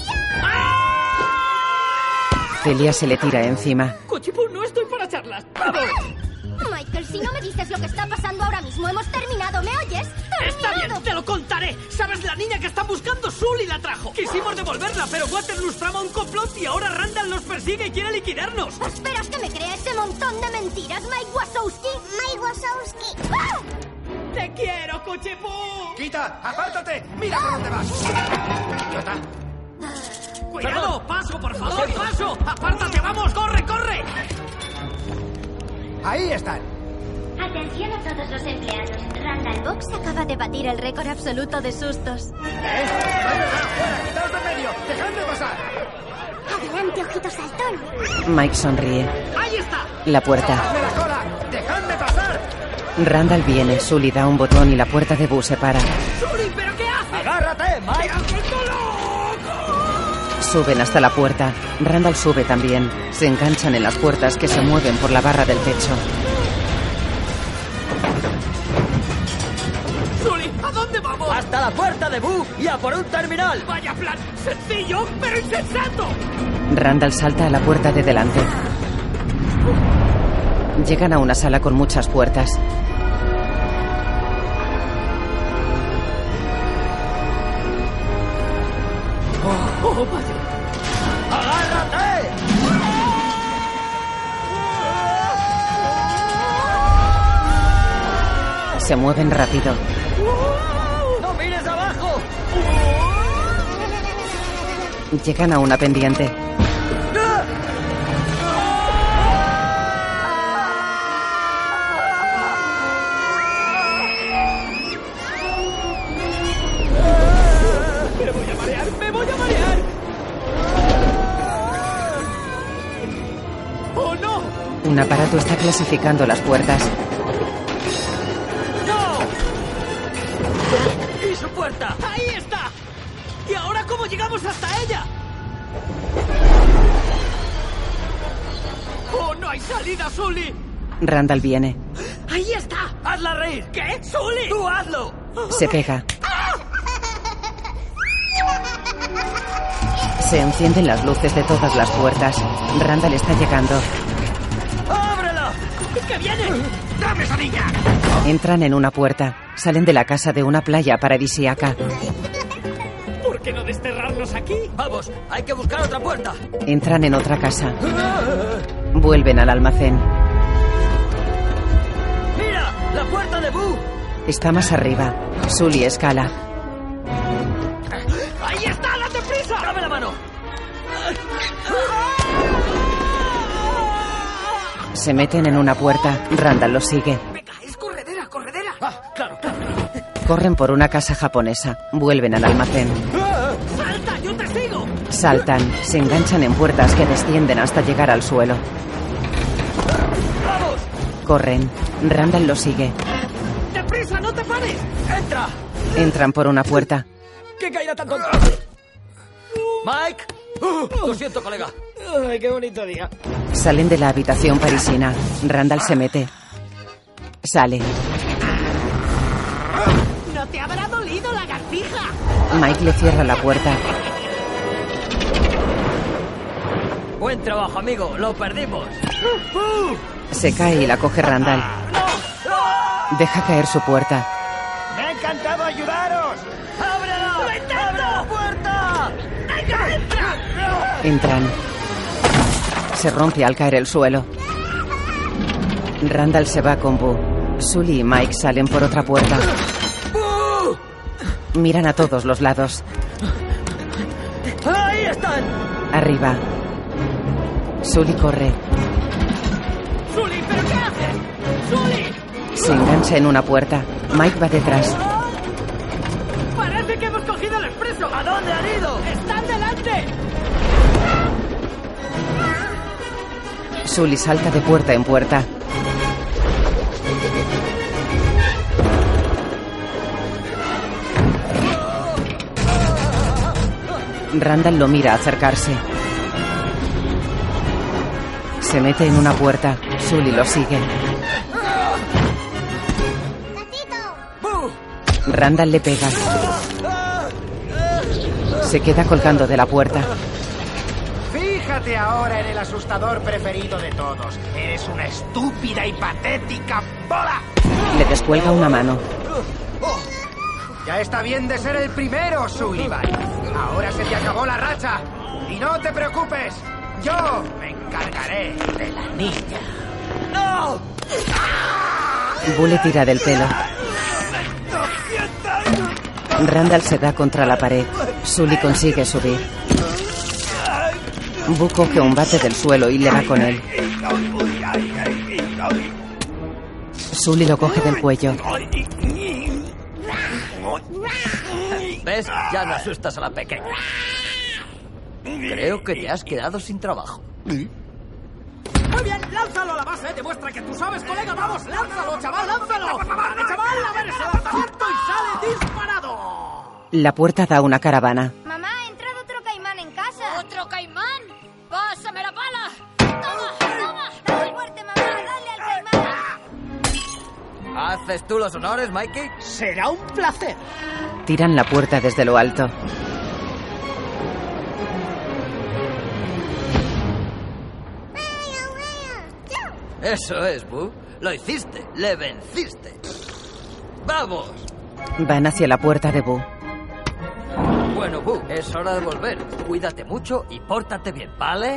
Celia se le tira encima. Cuchipu, no estoy para charlas. ¡Vamos! Michael, si no me dices lo que está pasando ahora mismo, hemos terminado, ¿me oyes? Está bien, te lo contaré. ¿Sabes la niña que están buscando? Sully la trajo. Quisimos devolverla, pero Waterloo trama un complot y ahora Randall nos persigue y quiere liquidarnos. ¿Esperas que me crea ese montón de mentiras, Mike Wazowski? Mike Wazowski. ¡Ah! ¡Te quiero, Cuchipu! ¡Quita! ¡Apártate! ¡Mira por dónde vas! ¡Idiota! ¡Cuidado! ¡Paso, por favor! ¡Paso! ¡Apártate! ¡Vamos! ¡Corre, corre! Ahí están. Atención a todos los empleados. Randall Box acaba de batir el récord absoluto de sustos. ¡Quitaos de medio! ¡Dejadme pasar! Adelante, ojito saltón. Mike sonríe. ¡Ahí está! La puerta. ¡Dejadme la cola! ¡Dejadme pasar! Randall viene, Sully da un botón y la puerta de Boo se para. ¡Sully, pero qué haces! ¡Agárrate, Mike! Suben hasta la puerta. Randall sube también. Se enganchan en las puertas que se mueven por la barra del techo. ¡Sully, ¿a dónde vamos? ¡Hasta la puerta de Boo y a por un terminal! ¡Vaya plan! ¡Sencillo, pero insensato! Randall salta a la puerta de delante. Llegan a una sala con muchas puertas. ¡Oh, vaya! ¡Agárrate! Se mueven rápido. ¡No mires abajo! Llegan a una pendiente. ¡Me voy a marear! ¡Oh, no! Un aparato está clasificando las puertas. ¡No! ¡Y su puerta! ¡Ahí está! ¿Y ahora cómo llegamos hasta ella? ¡Oh, no hay salida, Sully! Randall viene. ¡Ahí está! ¡Hazla reír! ¿Qué? ¡Sully! ¡Tú hazlo! Se pega. Se encienden las luces de todas las puertas. Randall está llegando. ¡Ábrela! ¡Que viene! ¡Dame esa niña! Entran en una puerta. Salen de la casa de una playa paradisíaca. ¿Por qué no desterrarnos aquí? Vamos, hay que buscar otra puerta. Entran en otra casa. Vuelven al almacén. ¡Mira! ¡La puerta de Boo! Está más arriba. Sully escala. ¡Ahí está! ¡Date prisa! ¡Dame la mano! Se meten en una puerta. Randall los sigue. ¡Venga! ¡Es corredera, corredera! Ah, claro, claro. Corren por una casa japonesa. Vuelven al almacén. ¡Salta! ¡Yo te sigo! Saltan. Se enganchan en puertas que descienden hasta llegar al suelo. ¡Vamos! Corren. Randall los sigue. ¡Deprisa! ¡No te pares! ¡Entra! Entran por una puerta. ¡Qué caída tan tonta! ¡Mike! Lo siento, colega. ¡Ay, qué bonito día! Salen de la habitación parisina. Randall se mete. Sale. ¡No te habrá dolido, lagartija! Mike le cierra la puerta. Buen trabajo, amigo. Lo perdimos. Se cae y la coge Randall. Deja caer su puerta. ¡Me ha encantado ayudaros! ¡Ábrela! ¡Abre la puerta! ¡Venga, entra! Entran. Se rompe al caer el suelo. Randall se va con Boo. Sully y Mike salen por otra puerta. Miran a todos los lados. ¡Ahí están! Arriba. Sully corre. ¡Sully, pero qué haces! ¡Sully! Se engancha en una puerta. Mike va detrás. ¡Parece que hemos cogido el expreso! ¿A dónde han ido? ¡Están delante! Sully salta de puerta en puerta. Randall lo mira acercarse. Se mete en una puerta. Sully lo sigue. Randall le pega. Se queda colgando de la puerta. Fíjate ahora en el asustador preferido de todos. Eres una estúpida y patética bola. Le descuelga una mano. Ya está bien de ser el primero, Sullivan. Ahora se te acabó la racha. Y no te preocupes. Yo me encargaré de la niña. ¡No! Boo le tira del pelo. Randall se da contra la pared. Sully consigue subir. Boo coge un bate del suelo y le da con él. Sully lo coge del cuello. ¿Ves? Ya no asustas a la pequeña. Creo que te has quedado sin trabajo. Muy bien, lánzalo a la base. Demuestra que tú sabes, colega. Vamos, lánzalo, chaval, lánzalo. Vale, chaval, a ver ese lanzamiento y sale disparado. La puerta da a una caravana. Mamá, ha entrado otro caimán en casa. ¿Otro caimán? ¡Pásame la pala! ¡Toma! ¡Dale fuerte, mamá! ¡Dale al caimán! ¿Haces tú los honores, Mikey? Será un placer. Tiran la puerta desde lo alto. Eso es, Boo. Lo hiciste. Le venciste. ¡Vamos! Van hacia la puerta de Boo. Bueno, Boo, es hora de volver. Cuídate mucho y pórtate bien, ¿vale?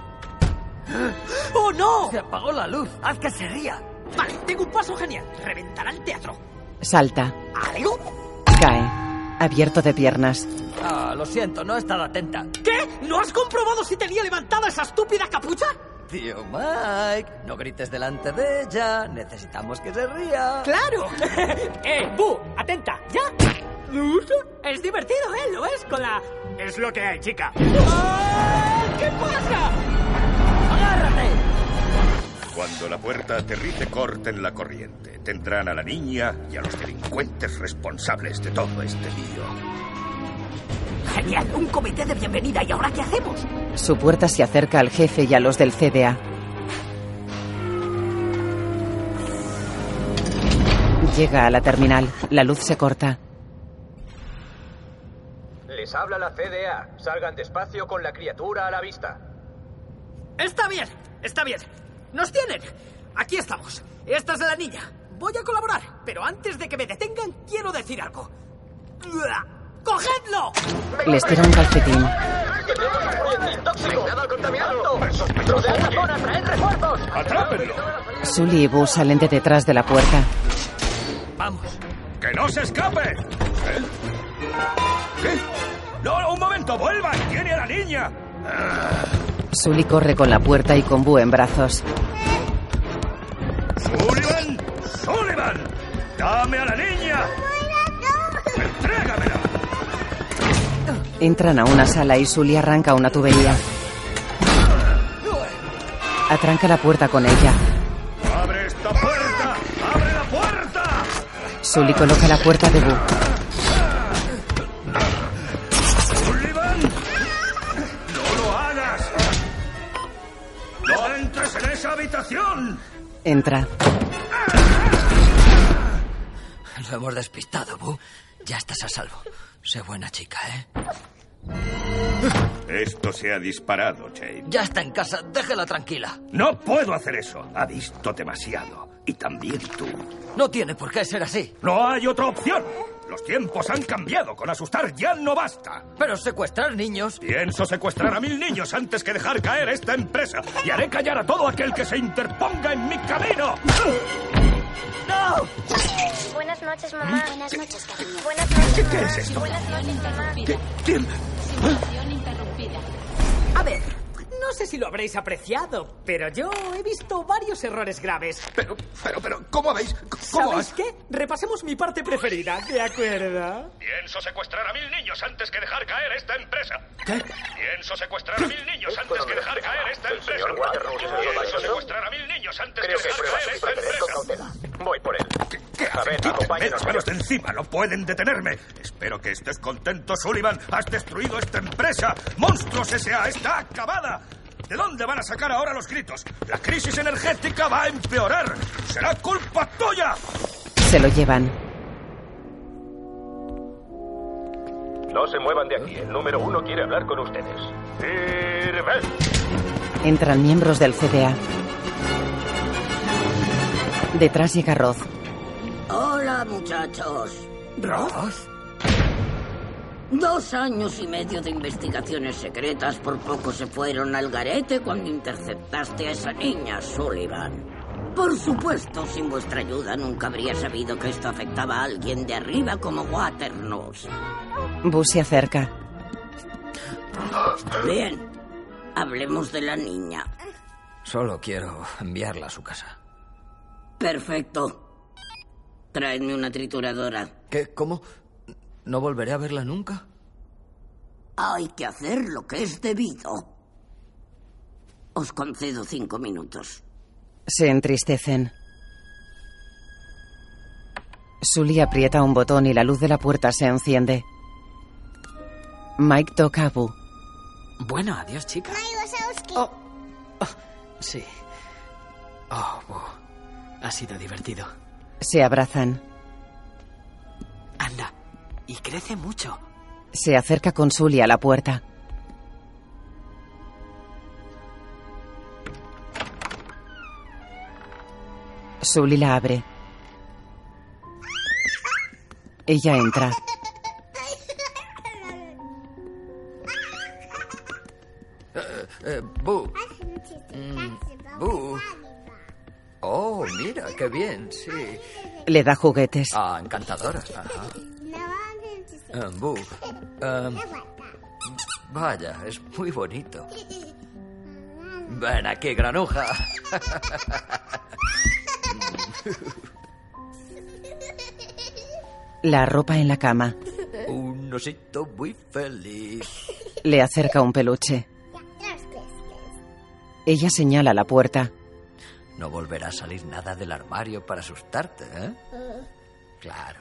¡Oh, no! Se apagó la luz. Haz que se ría. Vale, tengo un paso genial. Reventará el teatro. Salta. ¿Algo? Cae. Abierto de piernas. Ah, lo siento, no he estado atenta. ¿Qué? ¿No has comprobado si tenía levantada esa estúpida capucha? Tío Mike, no grites delante de ella. Necesitamos que se ría. ¡Claro! Boo, atenta, ¿ya? ¿Me gusta? Es divertido, ¿Lo ves? Con la... Es lo que hay, chica. ¡Ah! ¿Qué pasa? ¡Agárrate! Cuando la puerta aterrice, corten la corriente. Tendrán a la niña y a los delincuentes responsables de todo este lío. Genial, un comité de bienvenida. ¿Y ahora qué hacemos? Su puerta se acerca al jefe y a los del CDA. Llega a la terminal. La luz se corta. Les habla la CDA. Salgan despacio con la criatura a la vista. Está bien, está bien. ¡Nos tienen! Aquí estamos. Esta es la niña. Voy a colaborar, pero antes de que me detengan, quiero decir algo. ¡Cogedlo! Les tira un calcetín. ¡Nada contaminado! ¡Rodead la zona! ¡Traed refuerzos! ¡Atrápenlo! Sully y Boo salen de detrás de la puerta. Vamos. ¡Que no se escape! ¿Qué? ¡No, un momento! ¡Vuelvan! ¡Tiene a la niña! Sully corre con la puerta y con Boo en brazos. ¡Sullivan! ¡Sullivan! ¡Dame a la niña! ¡Entrégamela! Entran a una sala y Sully arranca una tubería. Atranca la puerta con ella. ¡Abre esta puerta! ¡Abre la puerta! Sully coloca la puerta de Boo. ¡Sullivan! ¡No lo hagas! ¡No entres en esa habitación! Entra. Lo hemos despistado, Boo. Ya estás a salvo. Sé buena chica, ¿eh? Esto se ha disparado, Jane. Ya está en casa. Déjela tranquila. No puedo hacer eso. Ha visto demasiado. Y también tú. No tiene por qué ser así. No hay otra opción. Los tiempos han cambiado. Con asustar ya no basta. Pero secuestrar niños... Pienso secuestrar a 1000 niños antes que dejar caer esta empresa. Y haré callar a todo aquel que se interponga en mi camino. ¡No! Buenas noches, mamá. Buenas noches, cariño. Buenas noches, ¿Qué es esto? Buenas noches, mamá. ¿Quién? Situación interrumpida. A ver, no sé si lo habréis apreciado, pero yo he visto varios errores graves. Pero, ¿cómo habéis...? ¿Cómo ¿Sabéis qué? Repasemos mi parte preferida, ¿de acuerdo? Pienso secuestrar a 1000 niños antes que dejar caer esta empresa. ¿Qué? Pienso secuestrar a 1000 niños antes que dejar caer esta empresa. Pienso secuestrar a 1000 niños antes que dejar caer esta empresa. Voy por él. ¿Qué hacen? Quítenme las manos de encima, no pueden detenerme. Espero que estés contento, Sullivan. Has destruido esta empresa. Monstruos S.A. está acabada. ¿De dónde van a sacar ahora los gritos? La crisis energética va a empeorar. ¡Será culpa tuya! Se lo llevan. No se muevan de aquí. El número 1 quiere hablar con ustedes. ¡Firmes! Entran miembros del CDA. Detrás llega Roth. Hola, muchachos. ¿Roth? 2 años y medio de investigaciones secretas por poco se fueron al garete cuando interceptaste a esa niña, Sullivan. Por supuesto, sin vuestra ayuda nunca habría sabido que esto afectaba a alguien de arriba como Waternoose. Boo se acerca. Bien, hablemos de la niña. Solo quiero enviarla a su casa. Perfecto. Tráeme una trituradora. ¿Qué? ¿Cómo? ¿No volveré a verla nunca? Hay que hacer lo que es debido. Os concedo 5 minutos. Se entristecen. Sully aprieta un botón y la luz de la puerta se enciende. Mike toca a Boo. Bueno, adiós, chica. Sí. Ha sido divertido. Se abrazan. Anda, y crece mucho. Se acerca con Sully a la puerta. Sully la abre. Ella entra. Boo. Boo. Oh, mira, qué bien, sí. Le da juguetes. Encantadoras. Ajá. Boo. Vaya, es muy bonito. Ven aquí, granuja. La arropa en la cama. Un osito muy feliz. Le acerca un peluche. Ella señala la puerta. No volverá a salir nada del armario para asustarte, ¿eh? Claro.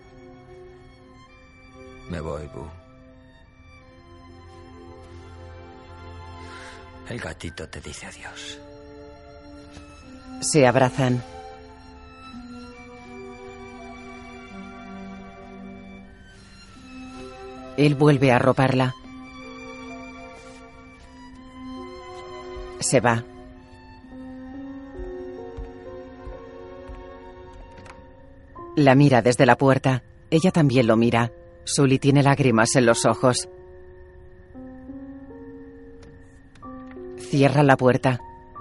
Me voy, Boo. El gatito te dice adiós. Se abrazan. Él vuelve a arroparla. Se va. La mira desde la puerta. Ella también lo mira. Sully tiene lágrimas en los ojos. Cierra la puerta.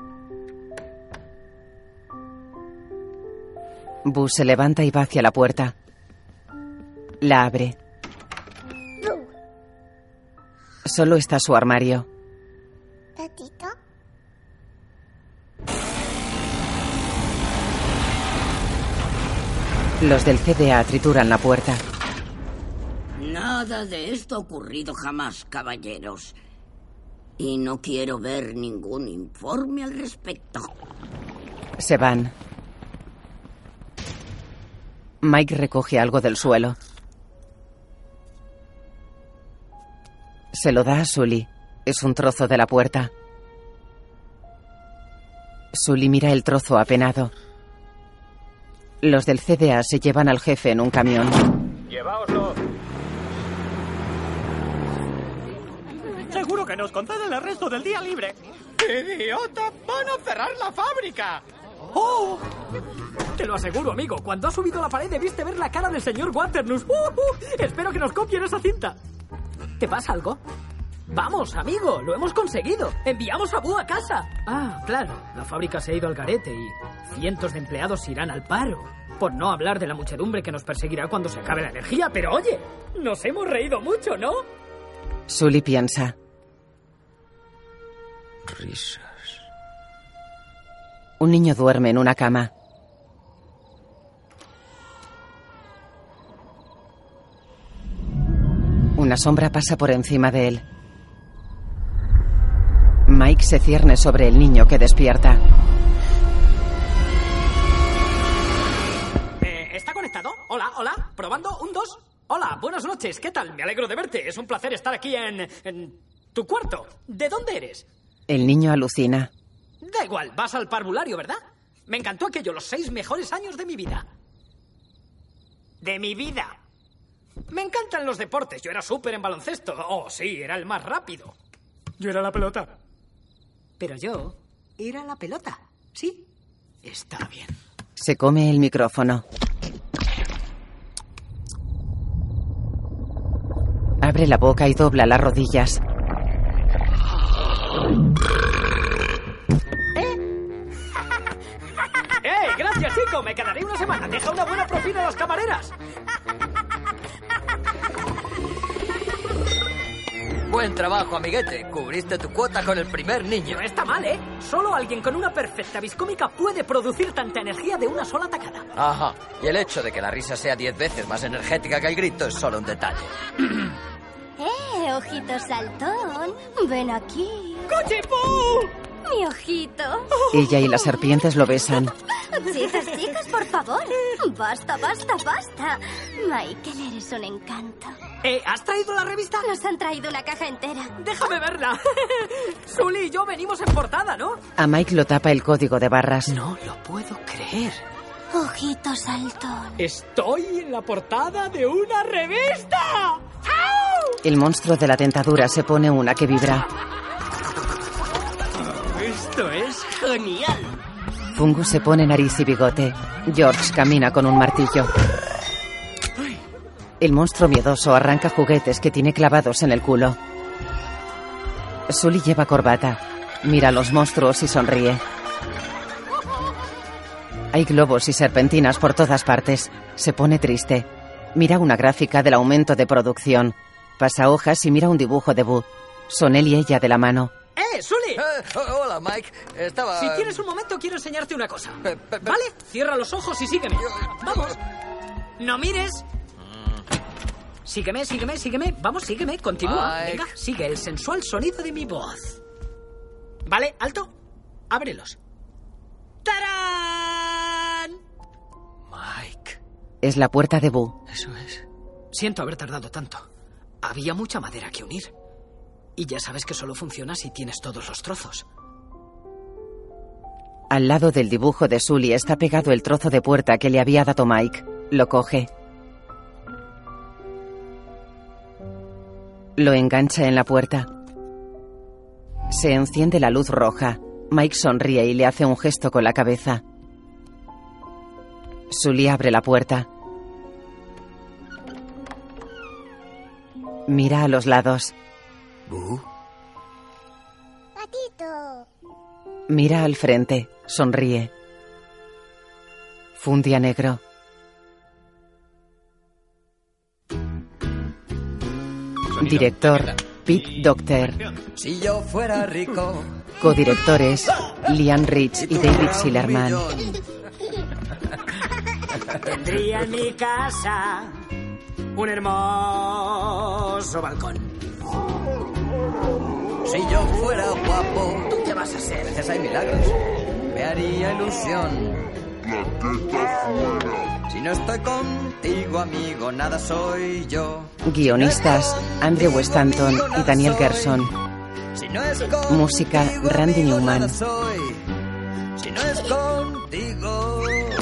Boo se levanta y va hacia la puerta. La abre. Solo está su armario. ¿Gatito? Los del CDA trituran la puerta. Nada de esto ha ocurrido jamás, caballeros. Y no quiero ver ningún informe al respecto. Se van. Mike recoge algo del suelo. Se lo da a Sully. Es un trozo de la puerta. Sully mira el trozo apenado. Los del CDA se llevan al jefe en un camión. ¡Lleváoslo! Seguro que nos conceden el resto del día libre. ¡Idiota! ¡Van a cerrar la fábrica! ¡Oh! Te lo aseguro, amigo. Cuando has subido la pared debiste ver la cara del señor Waternus. Espero que nos copien esa cinta. ¿Te pasa algo? Vamos, amigo, lo hemos conseguido. Enviamos a Boo a casa. Ah, claro. La fábrica se ha ido al garete y cientos de empleados irán al paro. Por no hablar de la muchedumbre que nos perseguirá cuando se acabe la energía. Pero oye, nos hemos reído mucho, ¿no? Sully piensa. Risas. Un niño duerme en una cama. Una sombra pasa por encima de él. Mike se cierne sobre el niño que despierta. ¿Está conectado? Hola, hola. Probando, 1, 2. Hola, buenas noches. ¿Qué tal? Me alegro de verte. Es un placer estar aquí en tu cuarto. ¿De dónde eres? El niño alucina. Da igual, vas al parvulario, ¿verdad? Me encantó aquello, los 6 mejores años de mi vida. De mi vida. Me encantan los deportes. Yo era súper en baloncesto. Oh, sí, era el más rápido. Yo era la pelota. Pero yo era la pelota. Sí, está bien. Se come el micrófono. Abre la boca y dobla las rodillas. Gracias, chico. Me quedaré una semana. Deja una buena propina a las camareras. Buen trabajo, amiguete. Cubriste tu cuota con el primer niño. No está mal, ¿eh? Solo alguien con una perfecta viscómica puede producir tanta energía de una sola tacada. Ajá. Y el hecho de que la risa sea 10 veces más energética que el grito es solo un detalle. ¡Ojito saltón! ¡Ven aquí! ¡Cuchipú! Mi ojito. Ella y las serpientes lo besan. Chicas, por favor. Basta. Michael, eres un encanto. ¿Has traído la revista? Nos han traído una caja entera. Déjame verla. Sully y yo venimos en portada, ¿no? A Mike lo tapa el código de barras. No lo puedo creer. Ojito saltón. Estoy en la portada de una revista. ¡Au! El monstruo de la dentadura se pone una que vibra. Esto es genial. Fungus se pone nariz y bigote. George camina con un martillo. El monstruo miedoso arranca juguetes que tiene clavados en el culo. Sully lleva corbata. Mira a los monstruos y sonríe. Hay globos y serpentinas por todas partes. Se pone triste. Mira una gráfica del aumento de producción. Pasa hojas y mira un dibujo de Boo. Son él y ella de la mano. ¡Sully! Hola, Mike. Estaba... Si tienes un momento, quiero enseñarte una cosa. ¿Vale? Cierra los ojos y sígueme. Vamos. No mires. Sígueme. Vamos, sígueme. Continúa. Mike. Venga, sigue el sensual sonido de mi voz. ¿Vale? ¿Alto? Ábrelos. ¡Tarán! Mike. Es la puerta de Boo. Eso es. Siento haber tardado tanto. Había mucha madera que unir. Y ya sabes que solo funciona si tienes todos los trozos. Al lado del dibujo de Sully está pegado el trozo de puerta que le había dado Mike. Lo coge. Lo engancha en la puerta. Se enciende la luz roja. Mike sonríe y le hace un gesto con la cabeza. Sully abre la puerta. Mira a los lados. ¿Boo? Patito. Mira al frente. Sonríe. Fue un día negro. Director Pete Docter. Si yo fuera rico. Codirectores Liam Rich y David Sillerman. Tendría en mi casa un hermoso balcón. Si yo fuera guapo. ¿Tú qué vas a hacer? A veces hay milagros. Me haría ilusión. Si no estoy contigo, amigo, nada soy yo. Guionistas Andrew Stanton y Daniel Gerson. Si no es contigo, Música Randy Newman. nada soy. Si no es contigo.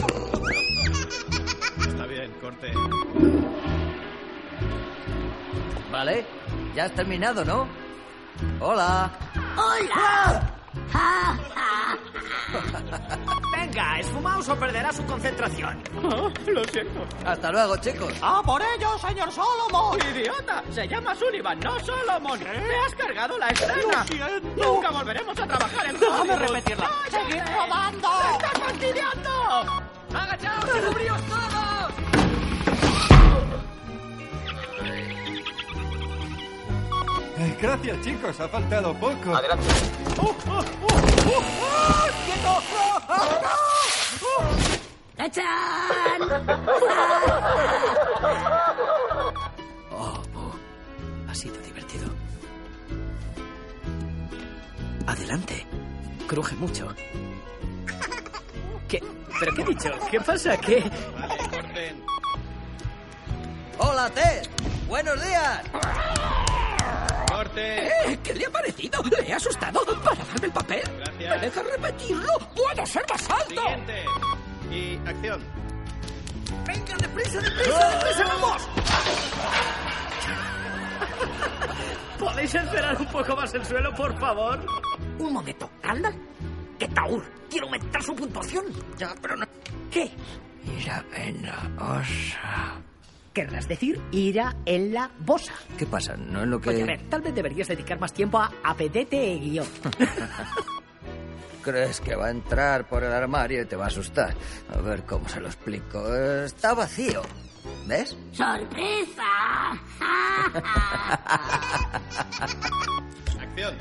Está bien, corte. Vale, ya has terminado, ¿no? Hola. ¡Hola! Venga, esfumaos o perderá su concentración. Lo siento. Hasta luego, chicos. ¡A por ello, señor Solomon! ¡Idiota! Se llama Sullivan, no Solomon. ¡Te has cargado la escena! ¡Lo siento! ¡Nunca volveremos a trabajar en ¡Déjame Hollywood! repetirla! ¡Seguid rodando! ¡Se está fastidiando! ¡Agachaos y cubríos todos! Gracias, chicos. Ha faltado poco. Adelante. ¡Quieto! Oh, ha sido divertido. Adelante. Cruje mucho. ¿Qué? ¿Pero qué he dicho? ¿Qué pasa? ¿Qué? Hola, Ted. Buenos días. ¡Corte! ¿Qué le ha parecido? ¿Le he asustado para darme el papel? Gracias. ¿Me deja repetirlo? ¡Puedo ser más alto! Siguiente. Y acción. ¡Venga, deprisa, vamos! ¿Podéis encerar un poco más el suelo, por favor? Un momento, ¿Randall? ¿Qué taur? Quiero aumentar su puntuación. Ya, pero no... ¿Qué? Ira en la osa. Querrás decir ira en la bosa. ¿Qué pasa? No es lo que... Oye, a ver, tal vez deberías dedicar más tiempo a APDT guión. Crees que va a entrar por el armario y te va a asustar. A ver cómo se lo explico. Está vacío. ¿Ves? ¡Sorpresa! Acción.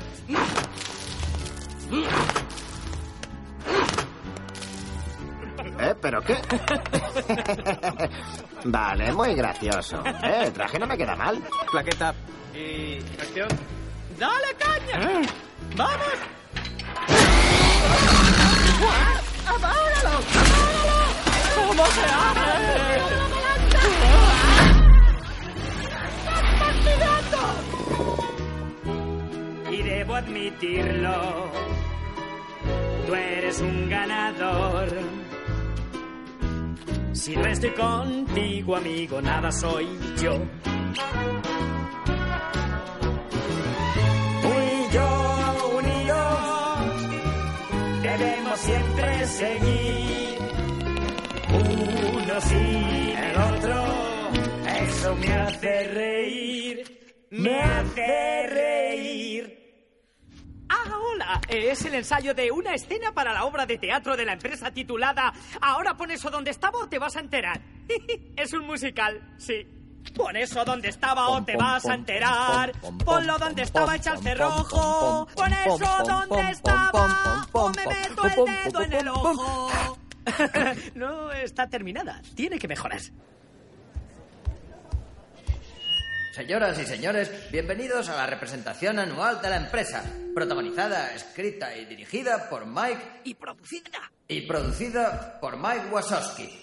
¿Pero qué? Vale, muy gracioso. El traje no me queda mal. Claqueta. Y acción. ¡Dale caña! ¡Vamos! ¡Apágalo! ¿Cómo se hace? Y debo admitirlo, tú eres un ganador. Si no estoy contigo, amigo, nada soy yo. Debemos siempre seguir, uno sin el otro, eso me hace reír, me hace reír. Ah, hola, es el ensayo de una escena para la obra de teatro de la empresa titulada Ahora pon eso donde estaba o te vas a enterar. Es un musical, sí. Pon eso donde estaba o te vas a enterar. Ponlo donde estaba hecha el cerrojo. Pon eso donde estaba o me meto el dedo en el ojo. No está terminada. Tiene que mejorar. Señoras y señores, bienvenidos a la representación anual de la empresa. Protagonizada, escrita y dirigida por Mike... Y producida. Y producida por Mike Wazowski.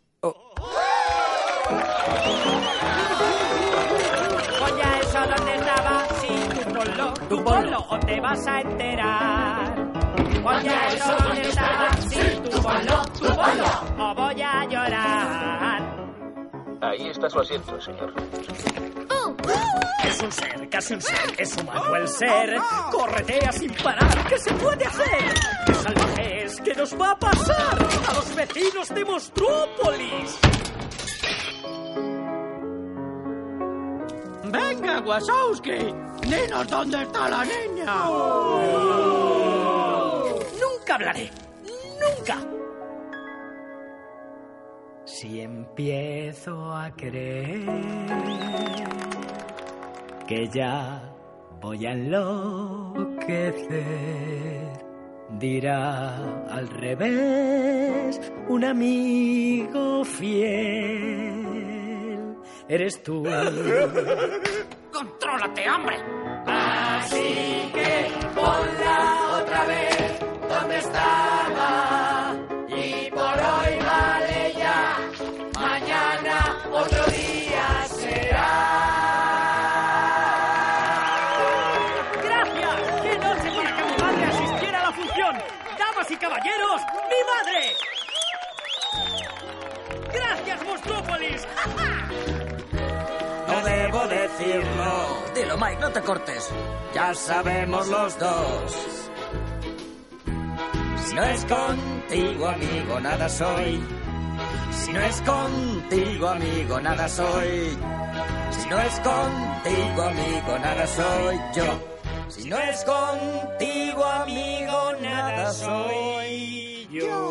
Pon ya eso donde estaba, sí, tú ponlo, o te vas a enterar. Pon ya eso donde estaba, sí, tú ponlo, o voy a llorar. Ahí está su asiento, señor. Es un ser, casi un ser, es humano el ser. Corretea sin parar, ¿qué se puede hacer? ¡Qué salvaje es! ¿Qué nos va a pasar a los vecinos de Monstruópolis? ¡Venga, Wazowski! ¡Dinos dónde está la niña! ¡Nunca hablaré! ¡Nunca! Si empiezo a creer que ya voy a enloquecer, dirá al revés un amigo fiel. Eres tú. ¡Contrólate, hombre! Así que ponla otra vez donde estaba. Y por hoy vale ya. Mañana otro día será. ¡Gracias! ¡Qué noche para que mi madre asistiera a la función! ¡Damas y caballeros, mi madre! ¡Gracias, Monstruópolis! No debo decirlo. Dilo, Mike, no te cortes. Ya sabemos los dos. Si no es contigo, amigo, nada soy. Si no es contigo, amigo, nada soy. Si no es contigo, amigo, nada soy yo. Si no es contigo, amigo, nada soy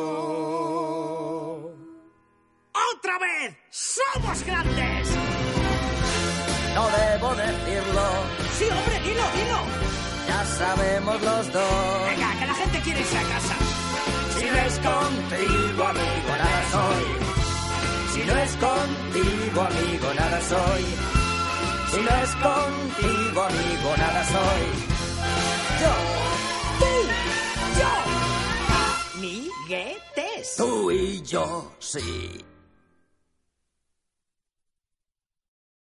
yo. ¡Otra vez! ¡Somos grandes! No debo decirlo. Sí, hombre, dilo. Ya sabemos los dos. Venga, que la gente quiere irse a casa. Si no es contigo, amigo, nada soy. Si no es contigo, amigo, nada soy. Si no es contigo, amigo, nada soy. Yo. Amiguetes. Tú y yo, sí.